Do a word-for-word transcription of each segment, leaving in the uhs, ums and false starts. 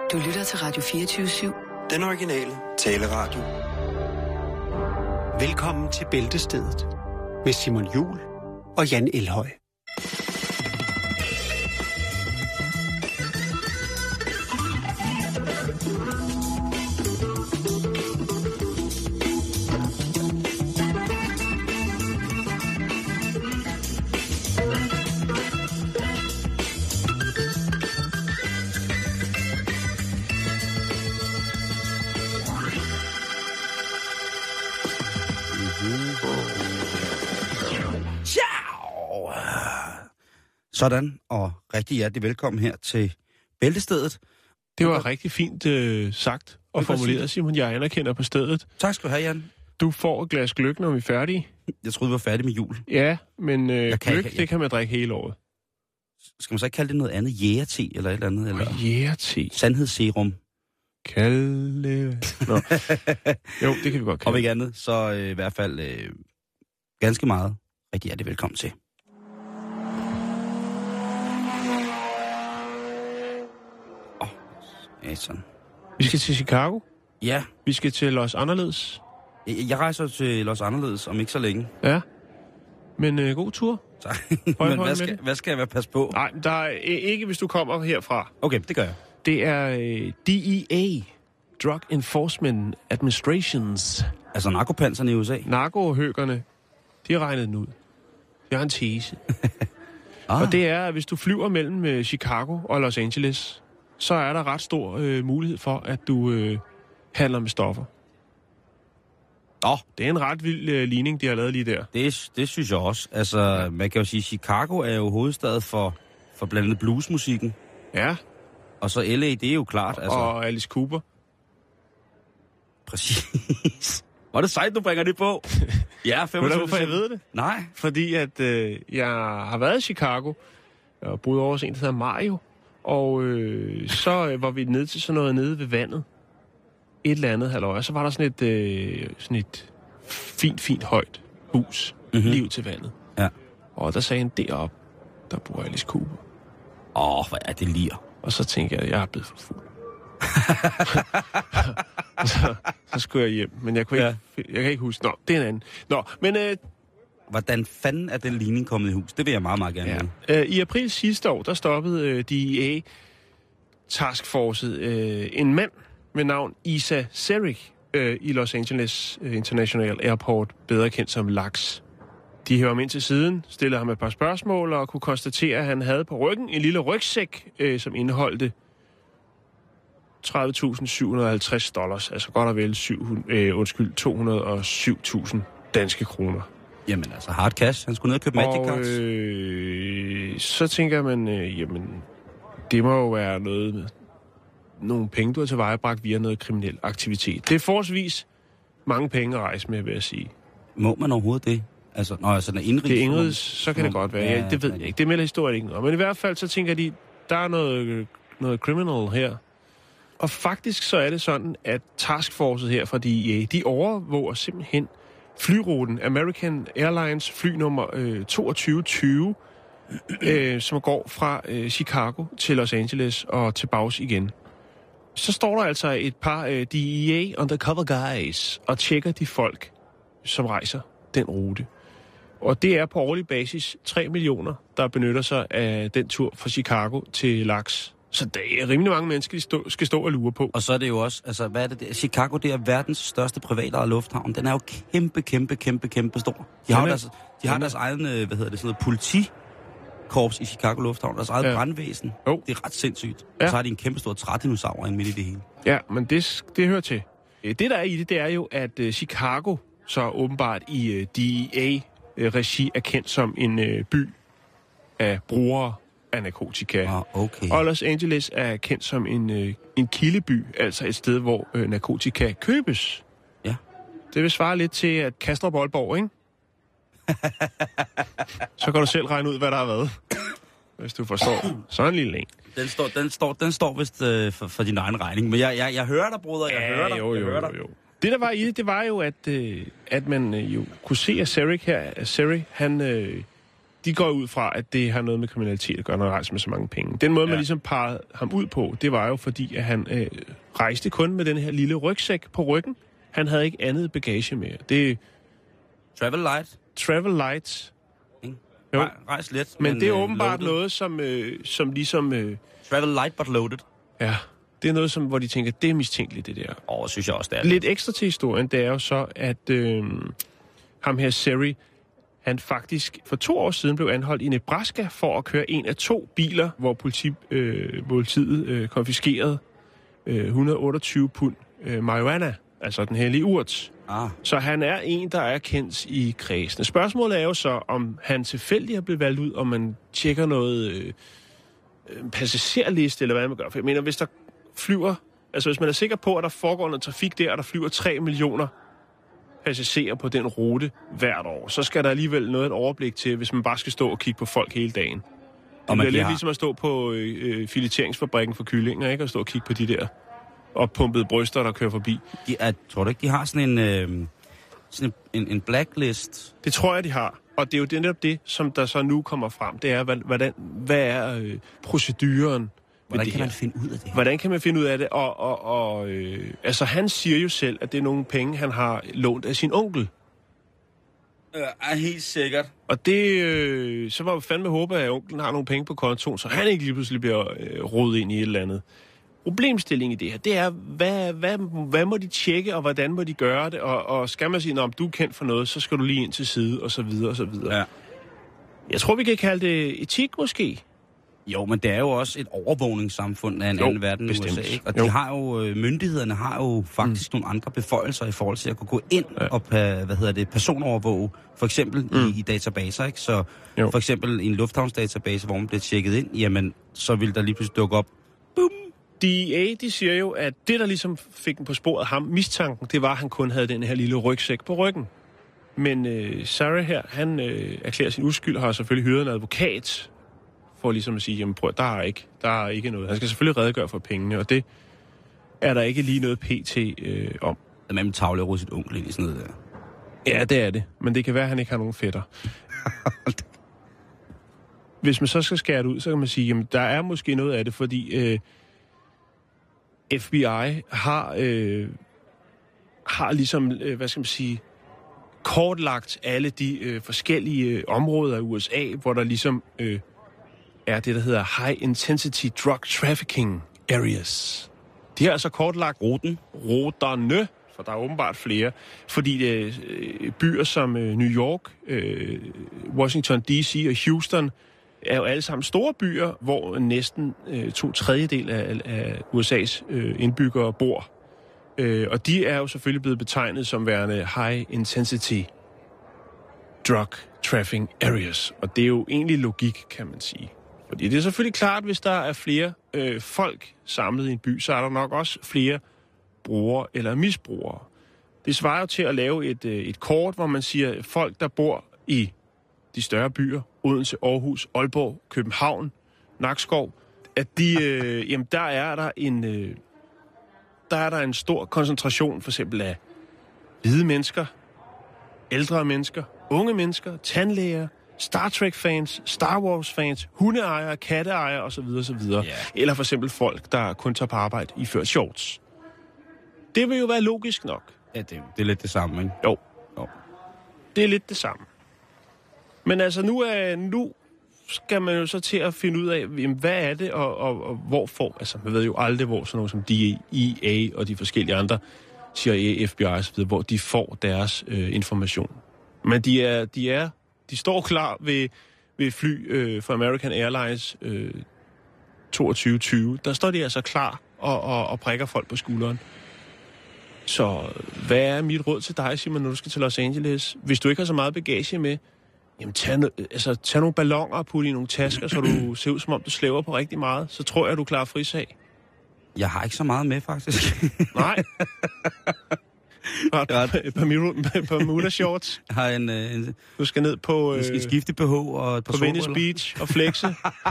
Du lytter til Radio fireogtyve syv. Den originale taleradio. Velkommen til Bæltestedet med Simon Juhl og Jan Elhøj. Sådan, og rigtig hjertelig velkommen her til Bæltestedet. Det var rigtig fint øh, sagt og formuleret, Simon. Jeg anerkender på stedet. Tak skal du have, Jan. Du får et glas gløgg, når vi er færdige. Jeg troede, vi var færdige med jul. Ja, men øh, kan gløgg, ikke, jeg... det kan man drikke hele året. Skal man så ikke kalde det noget andet? Jægerte eller et eller andet? Eller... Jægerte. Sandhedsserum. Kalde... Nå. Jo, det kan vi godt kalde. Om ikke andet, så øh, i hvert fald øh, ganske meget. Rigtig hjertelig velkommen til. Ja, sådan. Vi skal til Chicago. Ja. Vi skal til Los Anderledes. Jeg, jeg rejser til Los Anderledes om ikke så længe. Ja. Men øh, god tur. Tak. Men hvad skal, hvad skal jeg være passe på? Nej, der er ikke, hvis du kommer herfra. Okay, det gør jeg. Det er øh, D E A, Drug Enforcement Administrations. Altså narkopanserne i U S A? Narkohøgerne, de har regnet den ud. Det har en tese. ah. Og det er, at hvis du flyver mellem øh, Chicago og Los Angeles, så er der ret stor øh, mulighed for, at du øh, handler med stoffer. Åh, oh. Det er en ret vild øh, ligning, de har lavet lige der. Det, det synes jeg også. Altså, ja. Man kan jo sige, Chicago er jo hovedstad for, for blandt andet bluesmusikken. Ja. Og så L A, det er jo klart. Altså... Og Alice Cooper. Præcis. Hvor er det sejt, du bringer det på? Ja, femogtyve. Ved du, hvorfor jeg ved det? Nej. Fordi at øh, jeg har været i Chicago, og boet over hos en, der hedder Mario. Og øh, så øh, var vi nede til sådan noget nede ved vandet. Et eller andet halløj. Og så var der sådan et, øh, sådan et fint, fint højt hus. Mm-hmm. Lige ud til vandet. Ja. Og der sagde han, deroppe, der bor Alice Cooper. Åh, oh, hvad er det lir? Og så tænkte jeg, jeg er blevet for fuld. så, så skulle jeg hjem. Men jeg, kunne ikke, ja. jeg kan ikke huske. Nå, det er en anden. Nå, men... Øh, Hvordan fanden er den ligning kommet i hus? Det vil jeg meget, meget gerne vide. Ja. I april sidste år, der stoppede øh, D E A taskforcet øh, en mand med navn Isa Serik øh, i Los Angeles International Airport, bedre kendt som L A X. De hører ham ind til siden, stillede ham et par spørgsmål og kunne konstatere, at han havde på ryggen en lille rygsæk, øh, som indeholdte tredive tusind syv hundrede og halvtreds dollars, altså godt og vel syv, øh, undskyld, to hundrede og syv tusind danske kroner. Jamen altså, hard cash. Han skulle ned og købe Magic Cards. Og øh, så tænker man, øh, jamen, det må jo være noget med nogle penge, du har tilvejebragt via noget kriminel aktivitet. Det er forholdsvis mange penge at rejse med, vil jeg sige. Må man overhovedet det? Altså, når jeg sådan er indrigs... Det er indrigs, så kan det godt være. Ja, det ved jeg ikke. Det melder historien ikke noget. Men i hvert fald, så tænker de, der er noget, noget criminal her. Og faktisk så er det sådan, at taskforcet her fra D E A, de overvåger simpelthen flyruten American Airlines flynummer øh, toogtyve tyve, øh, som går fra øh, Chicago til Los Angeles og tilbage igen. Så står der altså et par øh, D E A undercover guys og tjekker de folk, som rejser den rute. Og det er på årlig basis tre millioner, der benytter sig af den tur fra Chicago til L A X. Så det er rimelig mange mennesker, de stå, skal stå og lure på. Og så er det jo også, altså hvad er det der? Chicago, det er verdens største privatejede lufthavn. Den er jo kæmpe, kæmpe, kæmpe, kæmpe stor. De har, deres, de har deres egen, hvad hedder det, sådan noget politikorps i Chicago Lufthavn. Deres eget ja. brandvæsen. Jo. Det er ret sindssygt. Ja. Og så har de en kæmpe stor trædinosaur inde midt i det hele. Ja, men det, det hører til. Det, der er i det, det er jo, at uh, Chicago så åbenbart i uh, D E A-regi er kendt som en uh, by af brugere af narkotika. Ah, okay. Og Los Angeles er kendt som en, øh, en kildeby, altså et sted, hvor øh, narkotika købes. Ja. Det vil svare lidt til, at Kastrup Aalborg, ikke? Så kan du selv regne ud, hvad der har været. Hvis du forstår. Så en lille en. Den står, den står, den står vist øh, for, for din egen regning. Men jeg, jeg, jeg hører dig, bruder. Jeg ja, hører dig. Jo, jo, jeg jo, jo. Det, der var i det, det var jo, at, øh, at man øh, jo kunne se, at Serik her, Serik, han... Øh, de går ud fra, at det har noget med kriminalitet at gøre, når han rejser med så mange penge. Den måde, ja. man ligesom parrede ham ud på, det var jo fordi, at han øh, rejste kun med den her lille rygsæk på ryggen. Han havde ikke andet bagage med. Det Travel light. Travel light. Jo. Rejs let. Men, men det er åbenbart loaded. noget, som, øh, som ligesom... Øh, Travel light, but loaded. Ja, det er noget, som, hvor de tænker, det er mistænkeligt, det der. Åh, synes jeg også, det er. Lidt ekstra til historien, det er jo så, at øh, ham her, Seri, han faktisk for to år siden blev anholdt i Nebraska for at køre en af to biler, hvor politi, øh, politiet øh, konfiskerede øh, et hundrede og otteogtyve pund øh, marijuana, altså den hellige urt. Ah. Så han er en, der er kendt i kredsene. Spørgsmålet er jo så, om han tilfældigt er blevet valgt ud, om man tjekker noget øh, passagerliste, eller hvad man gør. For jeg mener, hvis der flyver, altså hvis man er sikker på, at der foregår noget trafik der, og der flyver tre millioner passagerer på den rute hvert år, så skal der alligevel noget et overblik til, hvis man bare skal stå og kigge på folk hele dagen. Det og man bliver lidt har... ligesom at stå på øh, fileteringsfabrikken for kyllinger, ikke? Og stå og kigge på de der oppumpede bryster, der kører forbi. De er, tror du ikke, de har sådan en, øh, sådan en, en blacklist? Det tror jeg, de har. Og det er jo det, netop det, som der så nu kommer frem. Det er, hvordan, hvad er øh, proceduren? Hvordan kan man finde ud af det? Hvordan kan man finde ud af det? Og, og, og øh, altså, han siger jo selv, at det er nogle penge, han har lånt af sin onkel. Ja, er helt sikkert. Og det, øh, så var vi fandme håbe, at onklen har nogle penge på kontoen, så han ikke lige pludselig bliver øh, rodet ind i et eller andet. Problemstillingen i det her, det er, hvad, hvad, hvad må de tjekke, og hvordan må de gøre det? Og, og skal man sige, når du er kendt for noget, så skal du lige ind til side, og så videre, og så videre. Ja. Jeg tror, vi kan kalde det etik, måske. Jo, men det er jo også et overvågningssamfund af en jo, anden verden i U S A, ikke? Og jo. de har jo, myndighederne har jo faktisk mm. nogle andre beføjelser i forhold til at kunne gå ind ja. og hvad hedder det, personovervåge, for eksempel mm. i, i databaser, ikke? Så jo. for eksempel i en lufthavnsdatabase, hvor man bliver tjekket ind, jamen, så vil der lige pludselig dukke op, boom! D E A, de siger jo, at det, der ligesom fik den på sporet ham, mistanken, det var, at han kun havde den her lille rygsæk på ryggen. Men øh, Sarah her, han øh, erklærer sin uskyld, har selvfølgelig hyret en advokat, for ligesom at sige, jamen prøv, der er ikke, der er ikke noget. Han skal selvfølgelig redegøre for pengene, og det er der ikke lige noget P T øh, om. Det er med tavle og sit onkel ind i sådan noget der. Ja, det er det. Men det kan være, at han ikke har nogen fætter. Hvis man så skal skære det ud, så kan man sige, jamen der er måske noget af det, fordi øh, F B I har, øh, har ligesom, øh, hvad skal man sige, kortlagt alle de øh, forskellige øh, områder i U S A, hvor der ligesom øh, er det, der hedder High Intensity Drug Trafficking Areas. De har altså kortlagt ruten, ruterne, for der er åbenbart flere, fordi øh, byer som øh, New York, øh, Washington D C og Houston er jo alle sammen store byer, hvor næsten øh, to tredjedel af, af U S A's øh, indbyggere bor. Øh, og de er jo selvfølgelig blevet betegnet som værende High Intensity Drug Trafficking Areas. Og det er jo egentlig logik, kan man sige. Fordi det er selvfølgelig klart, hvis der er flere øh, folk samlet i en by, så er der nok også flere brugere eller misbrugere. Det svarer jo til at lave et, øh, et kort, hvor man siger, folk, der bor i de større byer, Odense, Aarhus, Aalborg, København, Nakskov, at de, øh, jamen der er der en, øh, der er der en stor koncentration, for eksempel af hvide mennesker, ældre mennesker, unge mennesker, tandlæger, Star Trek-fans, Star Wars-fans, hundeejere, katteejere osv. osv. Yeah. Eller for eksempel folk, der kun tager på arbejde i ført shorts. Det vil jo være logisk nok. Ja, det, det er lidt det samme, ikke? Jo. jo. Det er lidt det samme. Men altså, nu, er, nu skal man jo så til at finde ud af, jamen, hvad er det, og, og, og hvorfor. Altså, man ved jo aldrig, hvor sådan noget som D E A og de forskellige andre, C I A, F B I osv., hvor de får deres øh, information. Men de er, de er, de står klar ved, ved fly øh, for American Airlines øh, toogtyve tyve. Der står de altså klar og, og, og prikker folk på skulderen. Så hvad er mit råd til dig, Simon, når du skal til Los Angeles? Hvis du ikke har så meget bagage med, jamen tag, altså, tag nogle balloner og putte i nogle tasker, så du ser ud, som om du slæver på rigtig meget. Så tror jeg, du klarer frisag. Jeg har ikke så meget med, faktisk. Nej. Har du et par Bermuda-shorts? Jeg har en, en... Du skal ned på... Øh, skal skifte B H og et par på Venice Beach og flexe.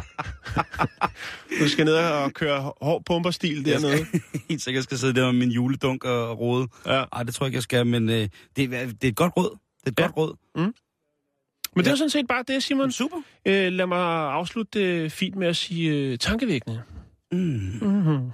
Du skal ned og køre hård pumperstil dernede. Helt sikkert skal sidde der med min juledunk og rode. Ja. Ej, det tror jeg ikke, jeg skal, men øh, det, er, det er et godt råd. Det er et ja. godt råd. Mm. Men det er jo sådan set bare det, Simon. Super. Øh, lad mig afslutte det fint med at sige øh, tankevækkende. Mm. Mm-hmm.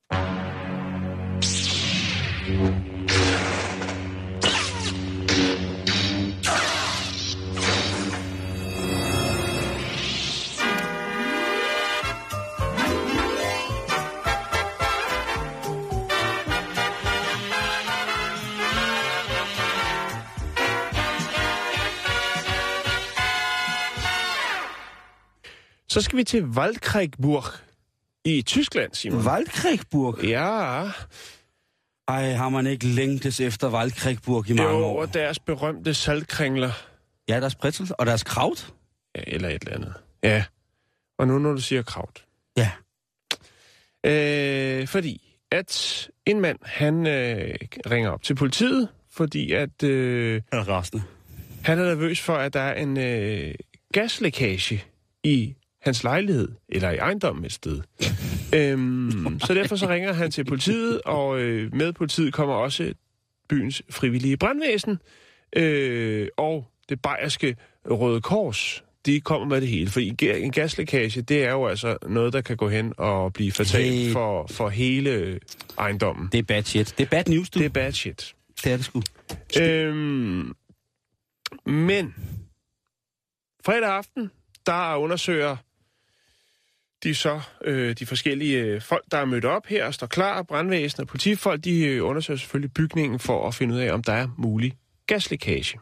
Så skal vi til Waldkriegsburg i Tyskland, Simon. Waldkriegsburg? Ja. Ej, har man ikke længtes efter Waldkriegsburg i mange jo, år? og deres berømte saltkringler. Ja, deres pretzel og deres kraut. Ja, eller et eller andet. Ja. Og nu når du siger kraut. Ja. Øh, fordi at en mand, han øh, ringer op til politiet, fordi at øh, Han er rasende. han er nervøs for, at der er en øh, gaslækage i hans lejlighed, eller i ejendommen et sted. øhm, så derfor så ringer han til politiet, og øh, med politiet kommer også byens frivillige brandvæsen, øh, og det bayerske Røde Kors. De kommer med det hele, for en gaslækage, det er jo altså noget, der kan gå hen og blive fatalt Hey. for, for hele ejendommen. Det er bad shit. Det er bad news, du. Det er bad shit. Det er det sgu. Øhm, men fredag aften, der undersøger de så øh, de forskellige folk, der er mødt op her og står klar. Brandvæsen og politifolk, de øh, undersøger selvfølgelig bygningen for at finde ud af, om der er mulig gaslækage.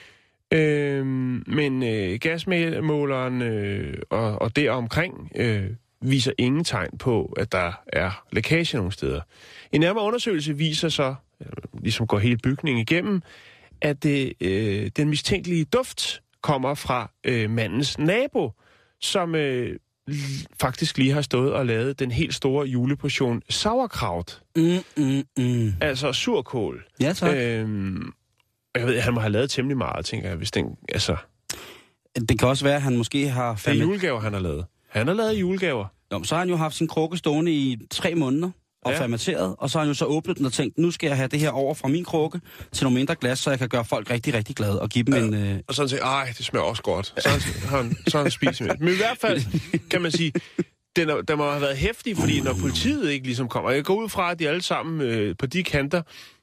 Øhm, men øh, gasmåleren øh, og, og deromkring øh, viser ingen tegn på, at der er lækage nogen steder. En nærmere undersøgelse viser så, øh, ligesom går hele bygningen igennem, at det, øh, den mistænkelige duft kommer fra øh, mandens nabo, som øh, faktisk lige har stået og lavet den helt store juleportion sauerkraut. Mm, mm, mm. Altså surkål. Ja, tak. Øhm, jeg ved, han må have lavet temmelig meget, tænker jeg, hvis den, altså... Det kan også være, at han måske har... Det er julegaver, han har lavet. Han har lavet julegaver. Jo, så har han jo haft sin krukke stående i tre måneder og Ja. fermenteret, og så har han jo så åbnet den og tænkt, nu skal jeg have det her over fra min krukke til nogle mindre glas, så jeg kan gøre folk rigtig, rigtig glade og give dem Ja. en... Øh... Og så han siger, ej, det smager også godt. Så han, han, så han spiser med. Men i hvert fald, kan man sige, den, er, den må have været heftig, fordi når politiet ikke ligesom kommer... Jeg går ud fra, at de alle sammen øh, på de kanter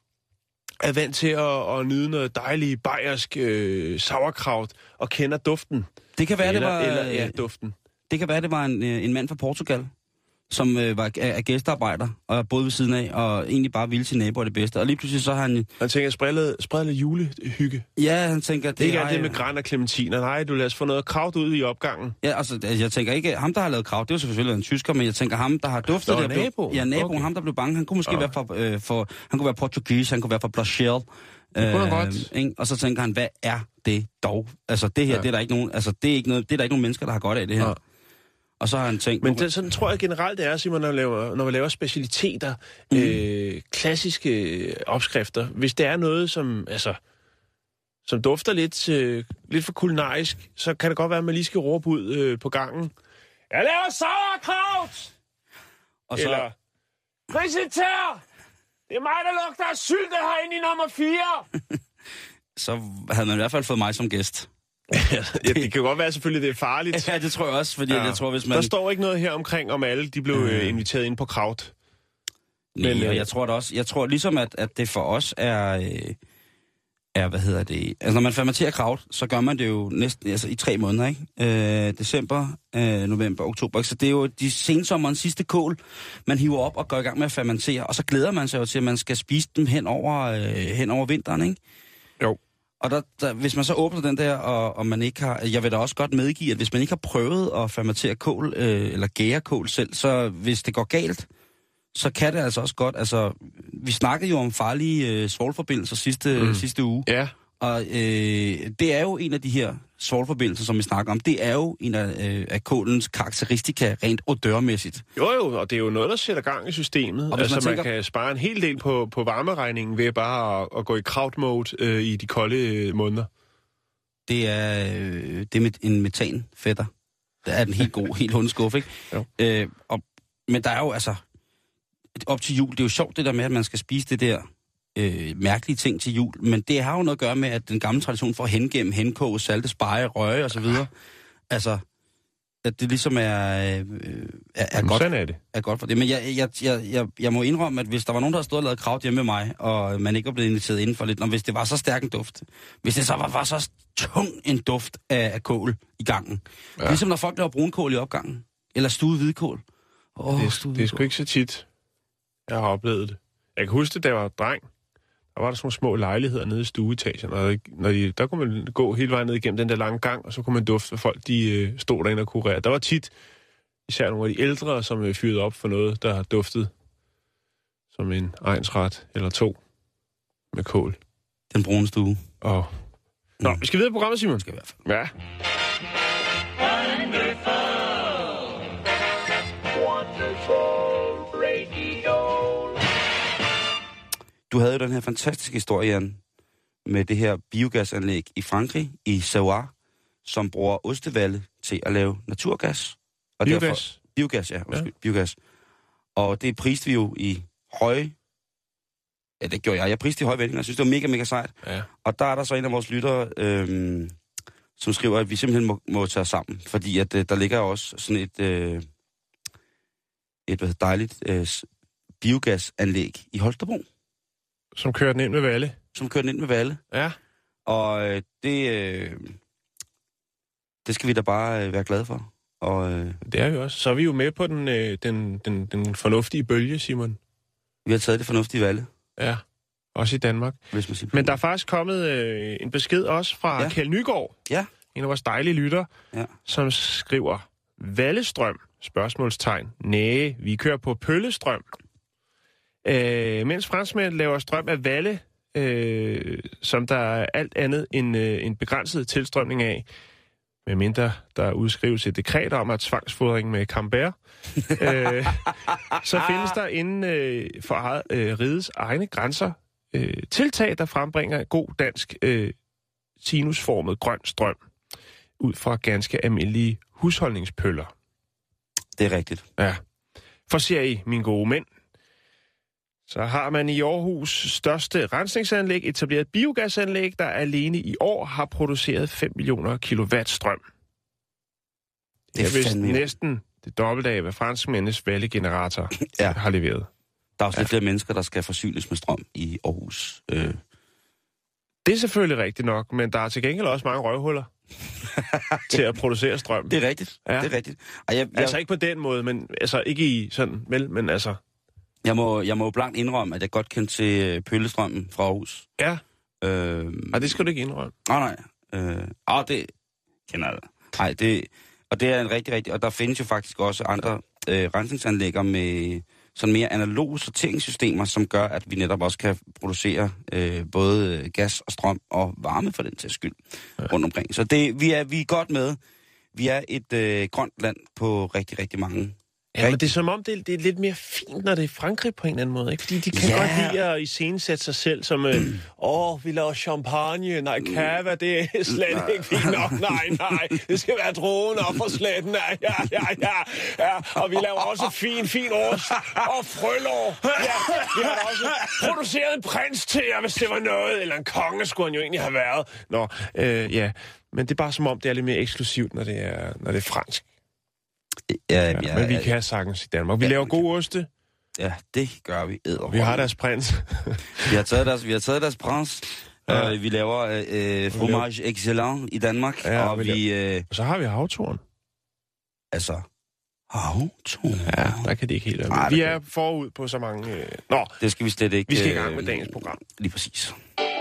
er vant til at, at nyde noget dejligt bayersk øh, sauerkraut og kender duften. Det kan være, eller, det var... Eller, ja, duften. Det kan være, det var en, øh, en mand fra Portugal, som øh, var er, er gæstearbejder og boede ved siden af, og egentlig bare ville sin naboer det bedste. Og lige pludselig så har han... Han tænker, sprede sprede lidt julehygge. Ja, han tænker... Det er ikke ej, alt det med græn og clementiner. Nej, du lader os få noget kraut ud i opgangen. Ja, altså, jeg tænker ikke... Ham, der har lavet krav, det er jo selvfølgelig en tysker, men jeg tænker ham, der har duftet... Nå, der blev- nabo. Ja, naboen, Okay. ham, der blev bange. Han kunne måske Ah. være fra, øh, for... Han kunne være portugis, han kunne være fra Blachel. Det kunne han godt. Ikke? Og så tænker han, hvad er det dog? Altså, det her, Ja. det er der ikke nogen... Altså, det er, ikke noget, det er der ikke nogen mennesker, der har godt af det her. Ah. Og så har han tænkt... Men nu- det, sådan tror jeg generelt, det er, Simon, når vi laver, når vi laver specialiteter, mm. øh, klassiske opskrifter. Hvis det er noget, som, altså, som dufter lidt, øh, lidt for kulinarisk, så kan det godt være, at man lige skal råbe ud øh, på gangen. Jeg laver sauerkraut! og så, Eller, Risitær! Det er mig, der lugter af sylte herinde i nummer fire! så havde man i hvert fald fået mig som gæst. ja, det kan godt være selvfølgelig, det er farligt. Ja, det tror jeg også, fordi ja. jeg tror, hvis man... Der står ikke noget her omkring, om alle de blev øh, inviteret ind på kraut. Men, Men, og øh, jeg tror da også, jeg tror ligesom, at, at det for os er, øh, er, hvad hedder det, altså når man fermenterer kraut, så gør man det jo næsten, altså i tre måneder, ikke? Øh, december, øh, november, oktober, ikke? Så det er jo de sensommerens sidste kål, man hiver op og går i gang med at fermentere, og så glæder man sig jo til, at man skal spise dem hen over, øh, hen over vinteren, ikke? Jo. Og der, der, hvis man så åbner den der, og, og man ikke har... Jeg vil da også godt medgive, at hvis man ikke har prøvet at fermentere kål, øh, eller gære kål selv, så hvis det går galt, så kan det altså også godt... Altså, vi snakkede jo om farlige øh, svovlforbindelser sidste, mm. sidste uge. Ja. Og øh, det er jo en af de her svovlforbindelser, som vi snakker om. Det er jo en af, øh, af kålens karakteristika rent odørmæssigt. Jo jo, og det er jo noget, der sætter gang i systemet. Og hvis Altså, man man, tænker- kan spare en hel del på, på varmeregningen ved bare at, at gå i kraut-mode øh, i de kolde øh, måneder. Det er, øh, det er med en metanfætter. Det er den helt god, helt hundskuffe, ikke? Jo. Øh, og, men der er jo altså... Op til jul, det er jo sjovt det der med, at man skal spise det der øh, mærkelige ting til jul, men det har jo noget at gøre med, at den gamle tradition for at hengemme, henkoge, salte, speje, røge og så videre, altså, at det ligesom er, øh, er, er, godt, er, det. er godt for det. Men jeg, jeg, jeg, jeg, jeg må indrømme, at hvis der var nogen, der havde stået og lavet kraut hjemme med mig, og man ikke var blevet inviteret inden for lidt, og hvis det var så stærk en duft, hvis det så var, var så tung en duft af, af kål i gangen, ja. Ligesom når folk laver brunkål i opgangen, eller stuet hvidkål. Oh, det, er, det er sgu ikke så tit, jeg har oplevet det. Jeg kan huske det, da jeg var dreng. Der var der sådan nogle små lejligheder nede i stueetagen, og når de, der kunne man gå hele vejen ned igennem den der lange gang, og så kunne man dufte, hvad folk de øh, stod derinde og kurerede. Der var tit, især nogle af de ældre, som øh, fyrede op for noget, der har duftet som en egnsret eller to med kål. Den brune stue. Og... Nå, mm. vi skal videre på programmet, Simon. Skal vi i hvert fald. Ja. Du havde jo den her fantastiske historie, Jan, med det her biogasanlæg i Frankrig, i Savoie, som bruger ostevalle til at lave naturgas. Og biogas? Derfor, biogas, ja. Undskyld, ja. Biogas. Og det priste vi jo i høje... Ja, det gjorde jeg. Jeg priste i høje vendinger. Jeg synes, det var mega, mega sejt. Ja. Og der er der så en af vores lyttere, øhm, som skriver, at vi simpelthen må, må tage os sammen. Fordi at øh, der ligger også sådan et... Øh, et hvad dejligt øh, biogasanlæg i Holstebro. Som kører den ind med Valle. Som kører den ind med Valle. Ja. Og øh, det, øh, det skal vi da bare øh, være glade for. Og, øh, det er vi også. Så er vi jo med på den, øh, den, den, den fornuftige bølge, Simon. Vi har taget det fornuftige Valle. Ja, også i Danmark. Hvis man siger Men der er faktisk kommet øh, en besked også fra ja. Kjeld Nygaard. Ja. En af vores dejlige lytter, ja. som skriver, Vallestrøm, spørgsmålstegn. Næh, vi kører på pøllestrøm. Øh, mens franskmænd laver strøm af Valle, øh, som der er alt andet end øh, en begrænset tilstrømning af, medmindre der udskrives et dekret om at tvangsfodring med Camembert, øh, så findes der inden øh, for eget, øh, rigets egne grænser øh, tiltag, der frembringer god dansk øh, sinusformet grøn strøm ud fra ganske almindelige husholdningspøller. Det er rigtigt. Ja. For ser I, mine gode mænd, så har man i Aarhus største rensningsanlæg etableret et biogasanlæg, der alene i år har produceret fem millioner kilowatt strøm. Det er, det er vist næsten det dobbelte af, hvad franskmændenes valgegenerator ja. har leveret. Der er også ja. lidt flere mennesker, der skal forsynes med strøm i Aarhus. Øh. Det er selvfølgelig rigtigt nok, men der er til gengæld også mange røvhuller til at producere strøm. Det er rigtigt. Ja. Det er rigtigt. Og jeg, jeg... Altså ikke på den måde, men altså ikke i sådan, vel, men altså... Jeg må, jeg må jo blankt indrømme, at jeg godt kendte til pøllestrømmen fra Aarhus. Ja. Øh, Nej, det skal du ikke indrømme. Nej, nej. Øh, ah, det kender jeg. Nej, det... Og det er en rigtig, rigtig... Og der findes jo faktisk også andre øh, rensningsanlægger med sådan mere analoge sorteringssystemer, som gør, at vi netop også kan producere øh, både gas og strøm og varme for den til skyld ja. rundt omkring. Så det, vi, er, vi er godt med. Vi er et øh, grønt land på rigtig, rigtig mange. Ja, men det er som om, det er, det er lidt mere fint, når det er Frankrig på en eller anden måde, ikke? Fordi de kan ja. godt lide at iscenesætte sig selv som, øh, åh, vi laver champagne, nej, kava, det er slet nej. ikke fint nok, nej, nej, det skal være drogen op for sletten, ja, ja, ja, ja, ja, og vi laver også fin, fin ost og frølår, ja, vi har da også produceret en prins til jer, hvis det var noget, eller en konge skulle han jo egentlig have været. Nå, øh, ja, men det er bare som om, det er lidt mere eksklusivt, når det er, når det er fransk. Ja, ja, ja, men vi kan sagtens i Danmark. Vi ja, laver gode oste. Ja, det gør vi. Æder. Vi har deres prins. vi har taget deres, vi har taget deres prins. Ja. Uh, vi laver uh, fromage excellent i Danmark. Ja, og, vi vi, uh, og så har vi havtorn. Altså, havtorn? Ja, der kan det ikke helt være. Nej, vi er kan... forud på så mange... Uh... Nå, det skal vi slet ikke... Vi skal i gang med dagens program. Lige præcis.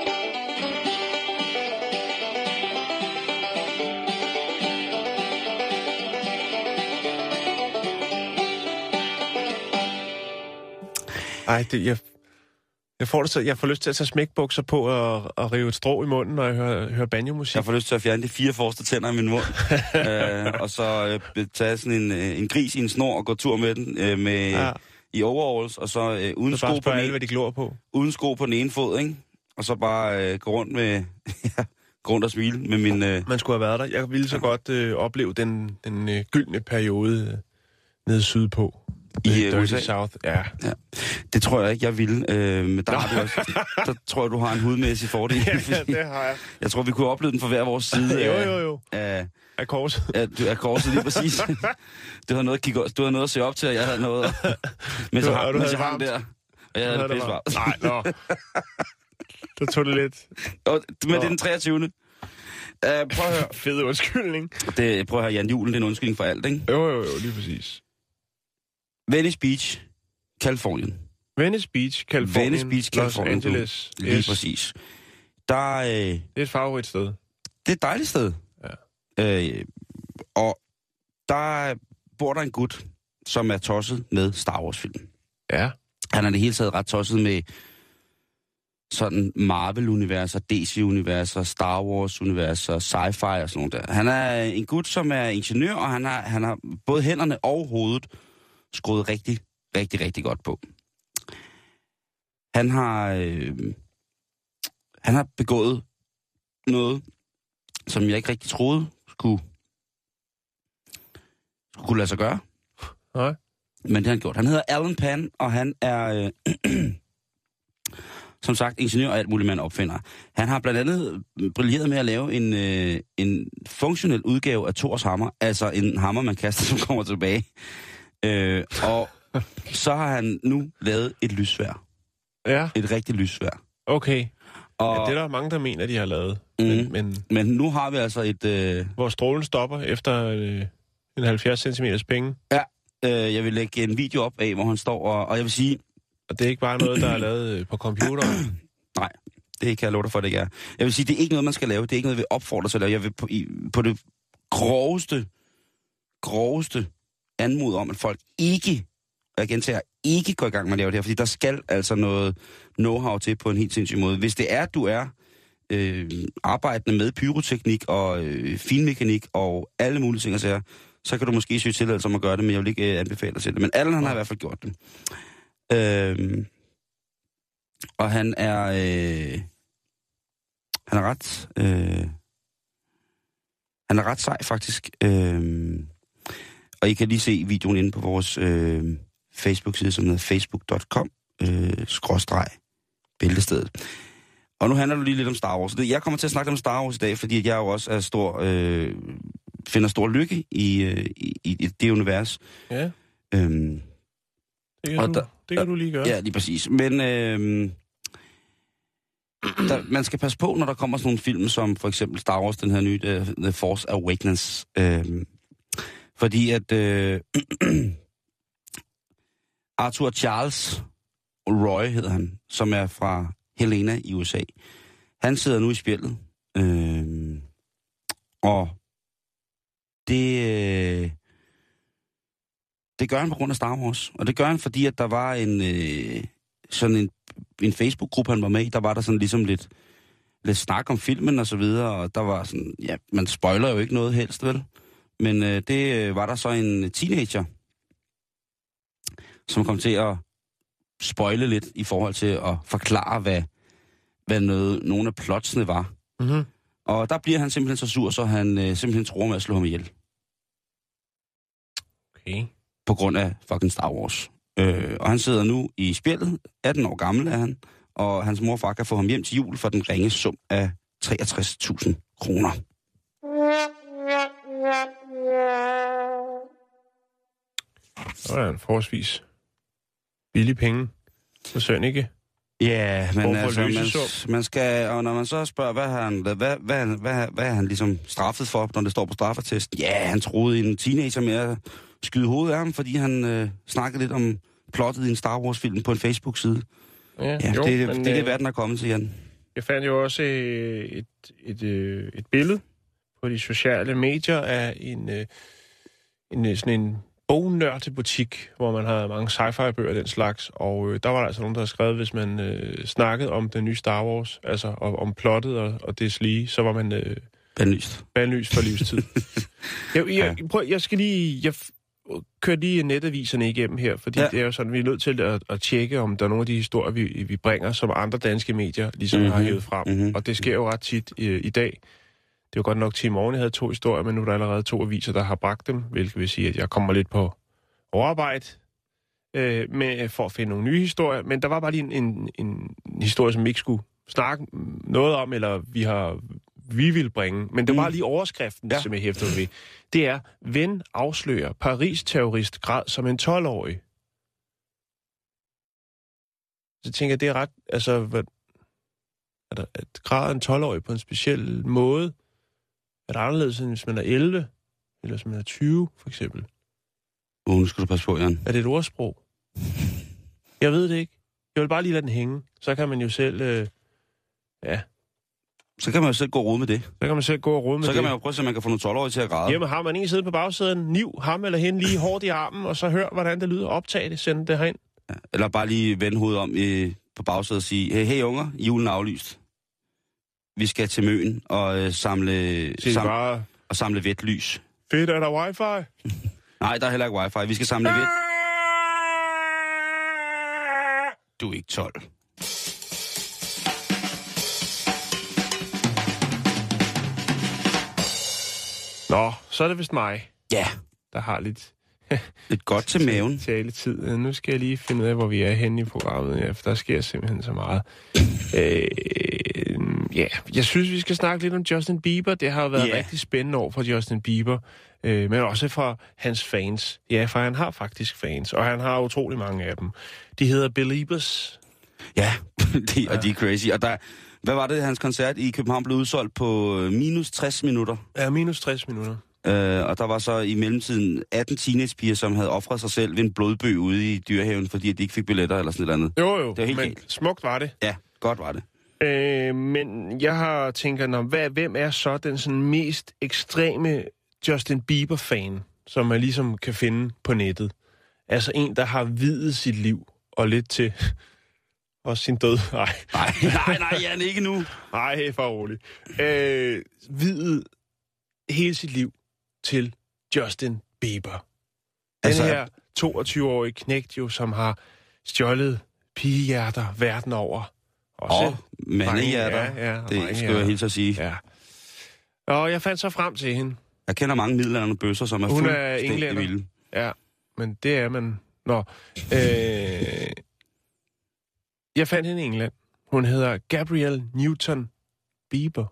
Ej, det, jeg, jeg, får det så, jeg får lyst til at tage smækbukser på og, og rive et strå i munden, når jeg hører, hører banjomusik. Jeg får lyst til at fjerne de fire forreste tænder i min mund, øh, og så øh, tage sådan en, en gris i en snor og gå tur med den øh, med, ja. i overalls, og så øh, uden så sko på den alle, hvad de glor på. Uden sko på den ene fod, ikke? Og så bare øh, gå rundt med ja, gå rundt og smile med min... Øh... Man skulle have været der. Jeg ville så godt øh, opleve den, den øh, gyldne periode øh, nede sydpå. I uh, U S A? South, ja. ja. Det tror jeg ikke, jeg ville. Øh, men der, har du også, der tror jeg, du har en hudmæssig fordel. Ja, ja, det har jeg. Jeg tror, vi kunne opleve den fra hver vores side. jo, jo, jo. Af, af korset. Af, af korset, lige præcis. Du havde noget at, kigge, du havde noget at se op til, og jeg havde noget. Men så har jeg ham der. Og jeg havde det pisse varmt. Nej, nå. Der tog det lidt. Og, men nå. Det er den treogtyvende Uh, prøv at høre. Fed undskyldning. Det, prøv at høre, Jan Julen, det er en undskyldning for alt, ikke? Jo, jo, jo, lige præcis. Venice Beach, Californien. Venice Beach, Californien. Venice Beach, Californien. Los Angeles. Lige yes. Præcis. Der, øh, det er et favorit sted. Det er et dejligt sted. Ja. Øh, og der bor der en gut, som er tosset med Star Wars-film. Ja. Han er det hele taget ret tosset med sådan Marvel-universer, D C-universer, Star Wars-universer, sci-fi og sådan noget der. Han er en gut, som er ingeniør, og han har, han har både hænderne og hovedet skruet rigtig, rigtig, rigtig godt på. Han har, øh, han har begået noget, som jeg ikke rigtig troede skulle, skulle kunne lade sig gøre. Nej. Men det har han gjort. Han hedder Alan Pan, og han er, øh, som sagt, ingeniør og alt muligt, man opfinder. Han har blandt andet brilleret med at lave en, øh, en funktionel udgave af Thors hammer, altså en hammer, man kaster, som kommer tilbage. Øh, og så har han nu lavet et lyssværd. Ja. Et rigtigt lyssværd. Okay. Og, ja, det er der mange, der mener, de har lavet. Mm, men, men, men nu har vi altså et... Øh, hvor strålen stopper efter øh, en halvfjerds centimeters penge. Ja, øh, jeg vil lægge en video op af, hvor han står, og, og jeg vil sige... Og det er ikke bare noget, der er lavet på computeren? Nej, det kan jeg love dig for, det ikke er. Jeg vil sige, det er ikke noget, man skal lave. Det er ikke noget, vi opfordrer til at lave. Jeg vil på, i, på det groveste, groveste anmod om, at folk ikke, og jeg gentager, ikke går i gang med at lave det her, fordi der skal altså noget know-how til på en helt sindssyg måde. Hvis det er, at du er øh, arbejdende med pyroteknik og øh, finmekanik og alle mulige ting, så, så kan du måske søge tilladelse om at gøre det, men jeg vil ikke øh, anbefale dig til det. Men Allan, han har i hvert fald gjort det. Øh, og han er øh, han er ret øh, han er ret sej faktisk. Øh, og I kan lige se videoen inde på vores øh, Facebook-side, som hedder facebook punktum com øh, skråstreg bæltestedet. Og nu handler det lige lidt om Star Wars. Jeg kommer til at snakke om Star Wars i dag, fordi jeg jo også er stor, øh, finder stor lykke i, øh, i, i det univers. Ja. Øhm, det kan, du, der, det kan du lige gøre. Ja, lige præcis. Men øh, der, man skal passe på, når der kommer sådan nogle film, som for eksempel Star Wars, den her nye, The, The Force Awakens. Øh, fordi at øh, Arthur Charles Roy hedder han, som er fra Helena i U S A. Han sidder nu i spjældet. Øh, og det, øh, det gør han på grund af Star Wars. Og det gør han, fordi at der var en, øh, sådan en, en Facebook-gruppe, han var med i. Der var der sådan ligesom lidt, lidt snak om filmen og så videre. Og der var sådan, ja, man spoiler jo ikke noget helst, vel? Men øh, det øh, var der så en teenager, som kom til at spoile lidt i forhold til at forklare, hvad, hvad noget, nogle af plotsene var. Mm-hmm. Og der bliver han simpelthen så sur, så han øh, simpelthen tror med at slå ham ihjel. Okay. På grund af fucking Star Wars. Øh, og han sidder nu i spjældet, atten år gammel er han, og hans mor og far kan få ham hjem til jul for den ringe sum af treogtres tusind kroner. Det var en forholdsvis billig penge. Så søn ikke. Ja, men altså, man, man skal, og når man så spørger, hvad har han, hvad, hvad, hvad, hvad, hvad er han ligesom straffet for, når det står på straffetesten? Ja, han troede en teenager med at skyde hovedet af ham, fordi han øh, snakkede lidt om plottet i en Star Wars-film på en Facebook-side. Ja, ja jo, det, det, men, det er det, verden er kommet til, Jan. Jeg fandt jo også et, et, et, et billede på de sociale medier af en, en sådan en bognørdebutik, hvor man har mange sci-fi-bøger og den slags, og øh, der var der altså nogen, der havde skrevet, hvis man øh, snakkede om den nye Star Wars, altså om, om plottet og, og det lige, så var man øh, bandlyst. bandlyst for livstid. jeg, jeg, prøv, jeg skal lige, jeg kører lige netaviserne igennem her, fordi ja. Det er jo sådan, vi er nødt til at, at tjekke, om der er nogle af de historier, vi, vi bringer, som andre danske medier ligesom mm-hmm. har hævet frem, mm-hmm. og det sker jo ret tit øh, i dag. Det var godt nok til i morgen, jeg havde to historier, men nu er der allerede to aviser, der har bragt dem, hvilket vil sige, at jeg kommer lidt på overarbejde. øh, med, for at finde nogle nye historier, men der var bare lige en, en, en historie, som vi ikke skulle snakke noget om, eller vi har vi vil bringe, men det var mm. lige overskriften, ja. som jeg hæftede ved. Det er, ven afslører Paris-terrorist græd som en tolv-årig. Så tænker jeg, det er ret, altså, hvad, er der, at græder en tolv-årig på en speciel måde, er det anderledes, end hvis man er elleve, eller hvis man er tyve, for eksempel? Uh, nu skal du passe på, Jan. Er det et ordsprog? Jeg ved det ikke. Jeg vil bare lige lade den hænge. Så kan man jo selv, øh, ja... Så kan man jo selv gå og rode med det. Så kan man selv gå og rode med det. Så kan man jo prøve at se, om man kan få nogle tolv-årige til at græde. Jamen har man en siddet på bagsæden, niv ham eller hende lige hårdt i armen, og så hør, hvordan det lyder, optag det, send det herind. Ja, eller bare lige vende hovedet om i, på bagsædet og sige, hey, hey unger, julen er aflyst. Vi skal til Møn og øh, samle, sam, bare... og samle vetlys. Fedt, er der wifi? Nej, der er heller ikke wifi. Vi skal samle vet. Du er ikke tolv. Nå, så er det vist mig. Ja. Der har lidt... lidt godt til maven. Taletid. Nu skal jeg lige finde ud af, hvor vi er henne i programmet, ja, for der sker simpelthen så meget. øh, ja, jeg synes, vi skal snakke lidt om Justin Bieber. Det har været yeah. rigtig spændende år for Justin Bieber, øh, men også for hans fans. Ja, for han har faktisk fans, og han har utrolig mange af dem. De hedder Beliebers. Ja, de, og de er crazy. Og der... Hvad var det, hans koncert i København blev udsolgt på minus tres minutter? Ja, minus tres minutter. Øh, og der var så i mellemtiden atten teenagepiger, som havde offret sig selv ved en blodbøg ude i Dyrehaven, fordi de ikke fik billetter eller sådan noget andet. Jo, jo, det var helt men helt. Smukt var det. Ja, godt var det. Øh, men jeg har tænkt, når, hvad, hvem er så den sådan mest ekstreme Justin Bieber-fan, som man ligesom kan finde på nettet? Altså en, der har videt sit liv og lidt til... Og sin død. Nej. Nej, nej, nej, Jan, ikke nu. Nej, for roligt. Øh, videt hele sit liv til Justin Bieber. Altså... Den her toogtyve-årige knægt jo, som har stjålet pigehjerter verden over. Åh, oh, mandehjerter. Ja, ja, det skal jeg helt at sige. Ja. Og jeg fandt så frem til hende. Jeg kender mange middelaldrende bøsser, som er Hun fuldstændig er vilde. Ja, men det er man... Nå, øh... Jeg fandt hende i England. Hun hedder Gabrielle Newton Bieber.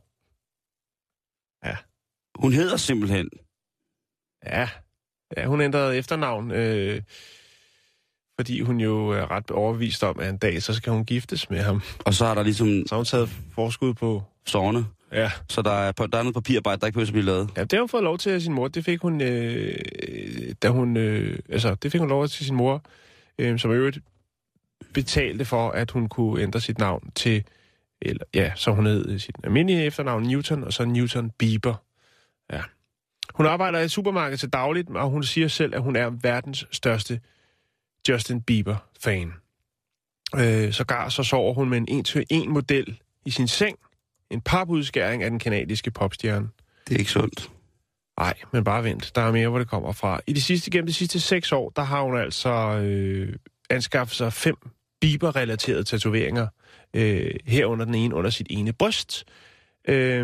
Ja. Hun hedder simpelthen... Ja. Ja, hun ændrede efternavn, øh, fordi hun jo er ret overbevist om, at en dag, så skal hun giftes med ham. Og så har der ligesom... Så har hun taget forskud på... Sårene. Ja. Så der er, der er noget papirarbejde, der ikke behøver at blive lavet. Ja, det har hun fået lov til af sin mor. Det fik hun, øh, da hun... Øh, altså, det fik hun lov til sin mor, øh, som i øvrigt betalte for, at hun kunne ændre sit navn til, eller ja, så hun hed sit almindelige efternavn Newton, og så Newton Bieber. Ja. Hun arbejder i et supermarked til dagligt, og hun siger selv, at hun er verdens største Justin Bieber-fan. Øh, sågar så sover hun med en en-til-en model i sin seng. En papudskæring af den kanadiske popstjerne. Det er ikke sundt. Nej, men bare vent. Der er mere, hvor det kommer fra. I de sidste, gennem de sidste seks år, der har hun altså øh, anskaffet sig fem Bieber-relaterede tatoveringer. Øh, herunder den ene under sit ene bryst. Øh,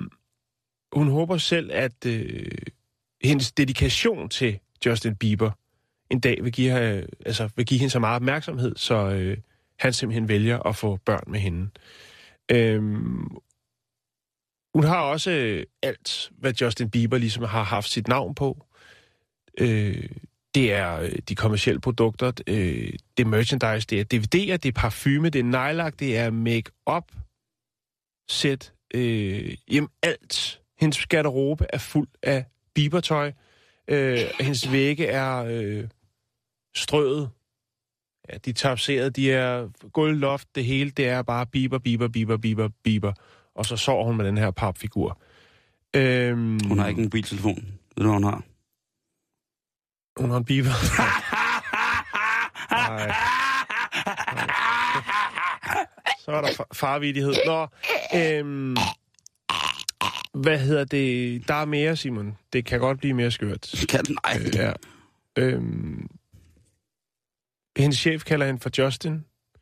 hun håber selv, at øh, hendes dedikation til Justin Bieber en dag vil give, her, altså, vil give hende så meget opmærksomhed, så øh, han simpelthen vælger at få børn med hende. Øh, hun har også øh, alt, hvad Justin Bieber ligesom har haft sit navn på. Øh, det er øh, de kommercielle produkter, øh, det er merchandise, det er D V D'er, det er parfume, det er nejlak, det er make-up, sæt, øh, jamen alt. Hendes garderobe er fuld af Bieber-tøj. Øh, hendes vægge er øh, strøget. Ja, de er tapseret, de er gulvloft, det hele, det er bare Bieber, Bieber, Bieber, Bieber, Bieber. Og så sover hun med den her papfigur. Øhm, hun har ikke en mobiltelefon. Ved du, hvad hun har? Hun har en Bieber. Nej. Så er der far- farvidighed. Nå, øhm, hvad hedder det? Der er mere, Simon. Det kan godt blive mere skørt. Kan den? Nej. Øh, ja. Øhm, hendes chef kalder hende for Justin.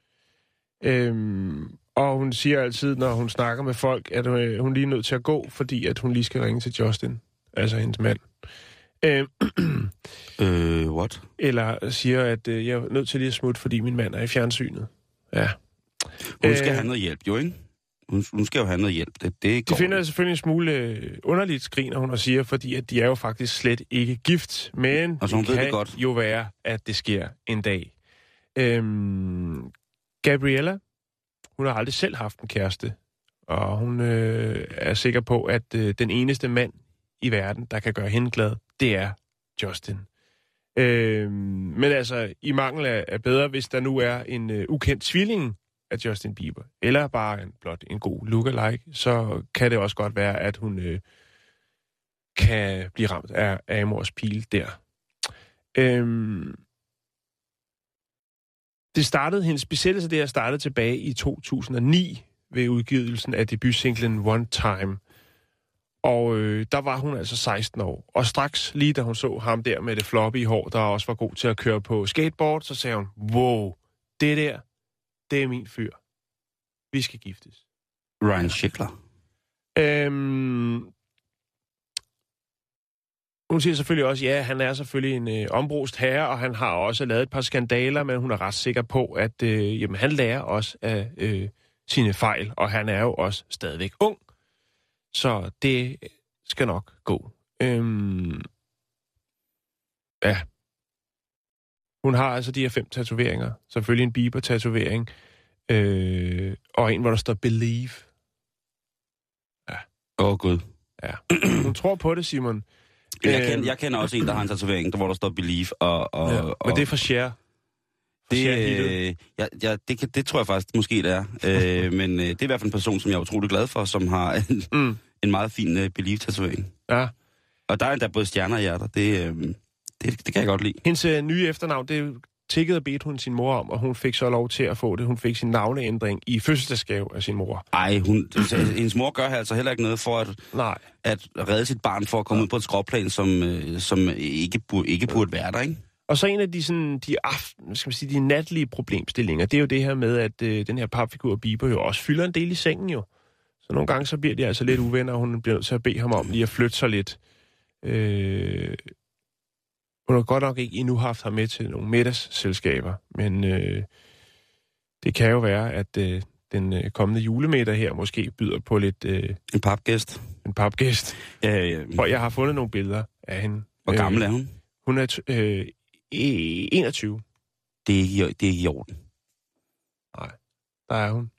Øhm, og hun siger altid, når hun snakker med folk, at øh, hun lige er nødt til at gå, fordi at hun lige skal ringe til Justin. Altså hendes mand. Øh, øh, what? Eller siger, at øh, jeg er nødt til lige at smutte, fordi min mand er i fjernsynet. Ja. Hun skal øh, have noget hjælp, jo, ikke? Hun, hun skal jo have noget hjælp. Det, det de finder det selvfølgelig en smule øh, underligt, skriner hun og siger, fordi at de er jo faktisk slet ikke gift. Men og så hun det ved kan det godt. jo være, at det sker en dag. Øhm, Gabriella, hun har aldrig selv haft en kæreste. Og hun øh, er sikker på, at øh, den eneste mand i verden, der kan gøre hende glad, det er Justin. Øh, men altså, i mangel af, af bedre, hvis der nu er en øh, ukendt tvilling af Justin Bieber, eller bare en, blot en god lookalike, så kan det også godt være, at hun øh, kan blive ramt af, af Amors pil der. Øh, det startede, hendes besættelse der startede tilbage i to tusind og ni, ved udgivelsen af debutsinglen One Time. Og øh, der var hun altså seksten år. Og straks lige da hun så ham der med det floppy hår, der også var god til at køre på skateboard, så sagde hun, wow, det der, det er min fyr. Vi skal giftes. Ryan Sheckler. Øhm, hun siger selvfølgelig også, ja, han er selvfølgelig en øh, ombrust herre, og han har også lavet et par skandaler, men hun er ret sikker på, at øh, jamen, han lærer også af øh, sine fejl, og han er jo også stadigvæk ung. Så det skal nok gå. Øhm, ja. Hun har altså de her fem tatoveringer. Selvfølgelig en Bieber-tatovering. Øh, og en, hvor der står Believe. Ja. Åh, oh, gud. Ja. Hun tror på det, Simon. Jeg, øh, kender, jeg kender også en, der har en tatovering, der, hvor der står Believe. Og, og, ja, og, men det er for Cher. Det, øh, ja, ja, det, kan, det tror jeg faktisk måske, det er. øh, men øh, det er i hvert fald en person, som jeg er utrolig glad for, som har en, mm. en meget fin øh, Believe-tatovering. Ja. Og der er endda både stjerner og hjerter. Det, øh, det, det kan jeg godt lide. Hendes øh, nye efternavn, det tikkede og bedte hun sin mor om, og hun fik så lov til at få det. Hun fik sin navneændring i fødselsdagsgave af sin mor. Ej, hun, hendes mor gør altså heller ikke noget for at, Nej. at redde sit barn for at komme ja. ud på et skråplan, som, øh, som ikke, burde, ikke burde være der, ikke? Og så en af de, sådan, de, aften, skal man sige, de natlige problemstillinger, det er jo det her med, at øh, den her papfigur Bieber jo også fylder en del i sengen jo. Så nogle gange så bliver de altså lidt uvenner, og hun bliver nødt til at bede ham om lige at flytte sig lidt. Øh, hun har godt nok ikke endnu haft ham med til nogle middagsselskaber, men øh, det kan jo være, at øh, den øh, kommende julemiddag her måske byder på lidt... Øh, en papgæst. En papgæst. Ja, ja. Og jeg har fundet nogle billeder af hende. Hvor gammel er hun? Hun er... T- øh, enogtyve. Det er, ikke, det er ikke i orden. Nej, der er hun.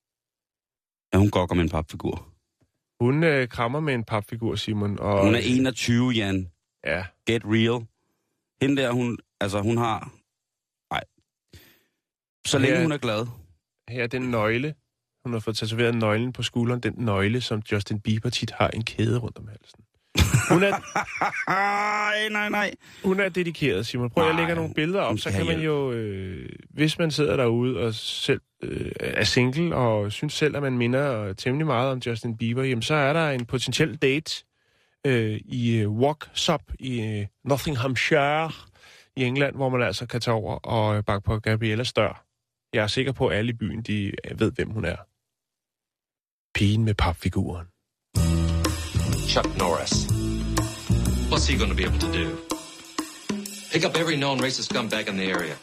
Ja, hun gokker med en papfigur. Hun øh, krammer med en papfigur, Simon. Og, hun er enogtyve, Jan. Ja. Get real. Hende der, hun, altså hun har... Nej. Så længe her, hun er glad. Her er den nøgle. Hun har fået tatoveret nøglen på skulderen. Den nøgle, som Justin Bieber tit har en kæde rundt om halsen. Hun er... nej, nej, nej. Hun er dedikeret, Simon. Prøv at lægge nogle billeder op, så kan man jo, øh, hvis man sidder derude og selv øh, er single og synes selv, at man minder temmelig meget om Justin Bieber, jamen så er der en potentiel date øh, i uh, Walksop i uh, Nottinghamshire i England, hvor man altså kan tage over og banke på Gabriellas dør. Jeg er sikker på, at alle i byen, de ved, hvem hun er. Pigen med papfiguren. Chuck Norris. What's he going to be able to do? Pick up every known racist scumbag in the area.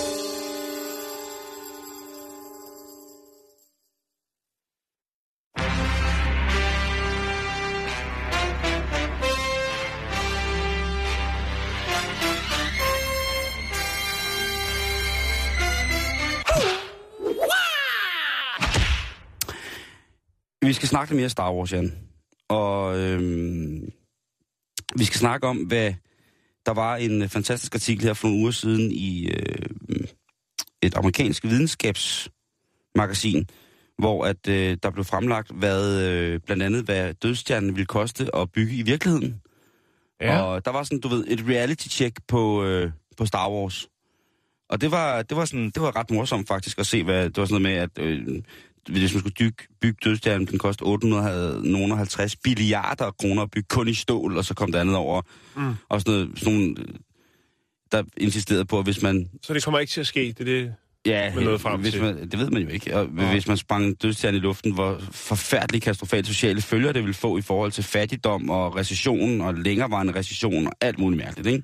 Vi skal snakke lidt mere Star Wars, Jan. Og øhm, vi skal snakke om, hvad der var en fantastisk artikel her for nogle uger siden i øh, et amerikansk videnskabsmagasin, hvor at øh, der blev fremlagt, hvad øh, blandt andet, hvad dødsstjernen ville koste at bygge i virkeligheden. Ja. Og der var sådan, du ved, et reality-check på, øh, på Star Wars. Og det var, det var sådan, det var ret morsomt faktisk at se, hvad det var sådan noget med, at øh, hvis man skulle bygge, bygge dødsstjernen, den kostede otte hundrede og halvtreds billiarder kroner at bygge kun i stål, og så kom det andet over. Mm. Og sådan noget, sådan nogle, der insisterede på, at hvis man... Så det kommer ikke til at ske, det er det? ja, med noget frem hvis til. Man, det ved man jo ikke. Og ja. Hvis man sprang en dødstjerne i luften, hvor forfærdeligt katastrofalt sociale følger det vil få i forhold til fattigdom og recession og længerevarende recession og alt muligt mærkeligt, ikke?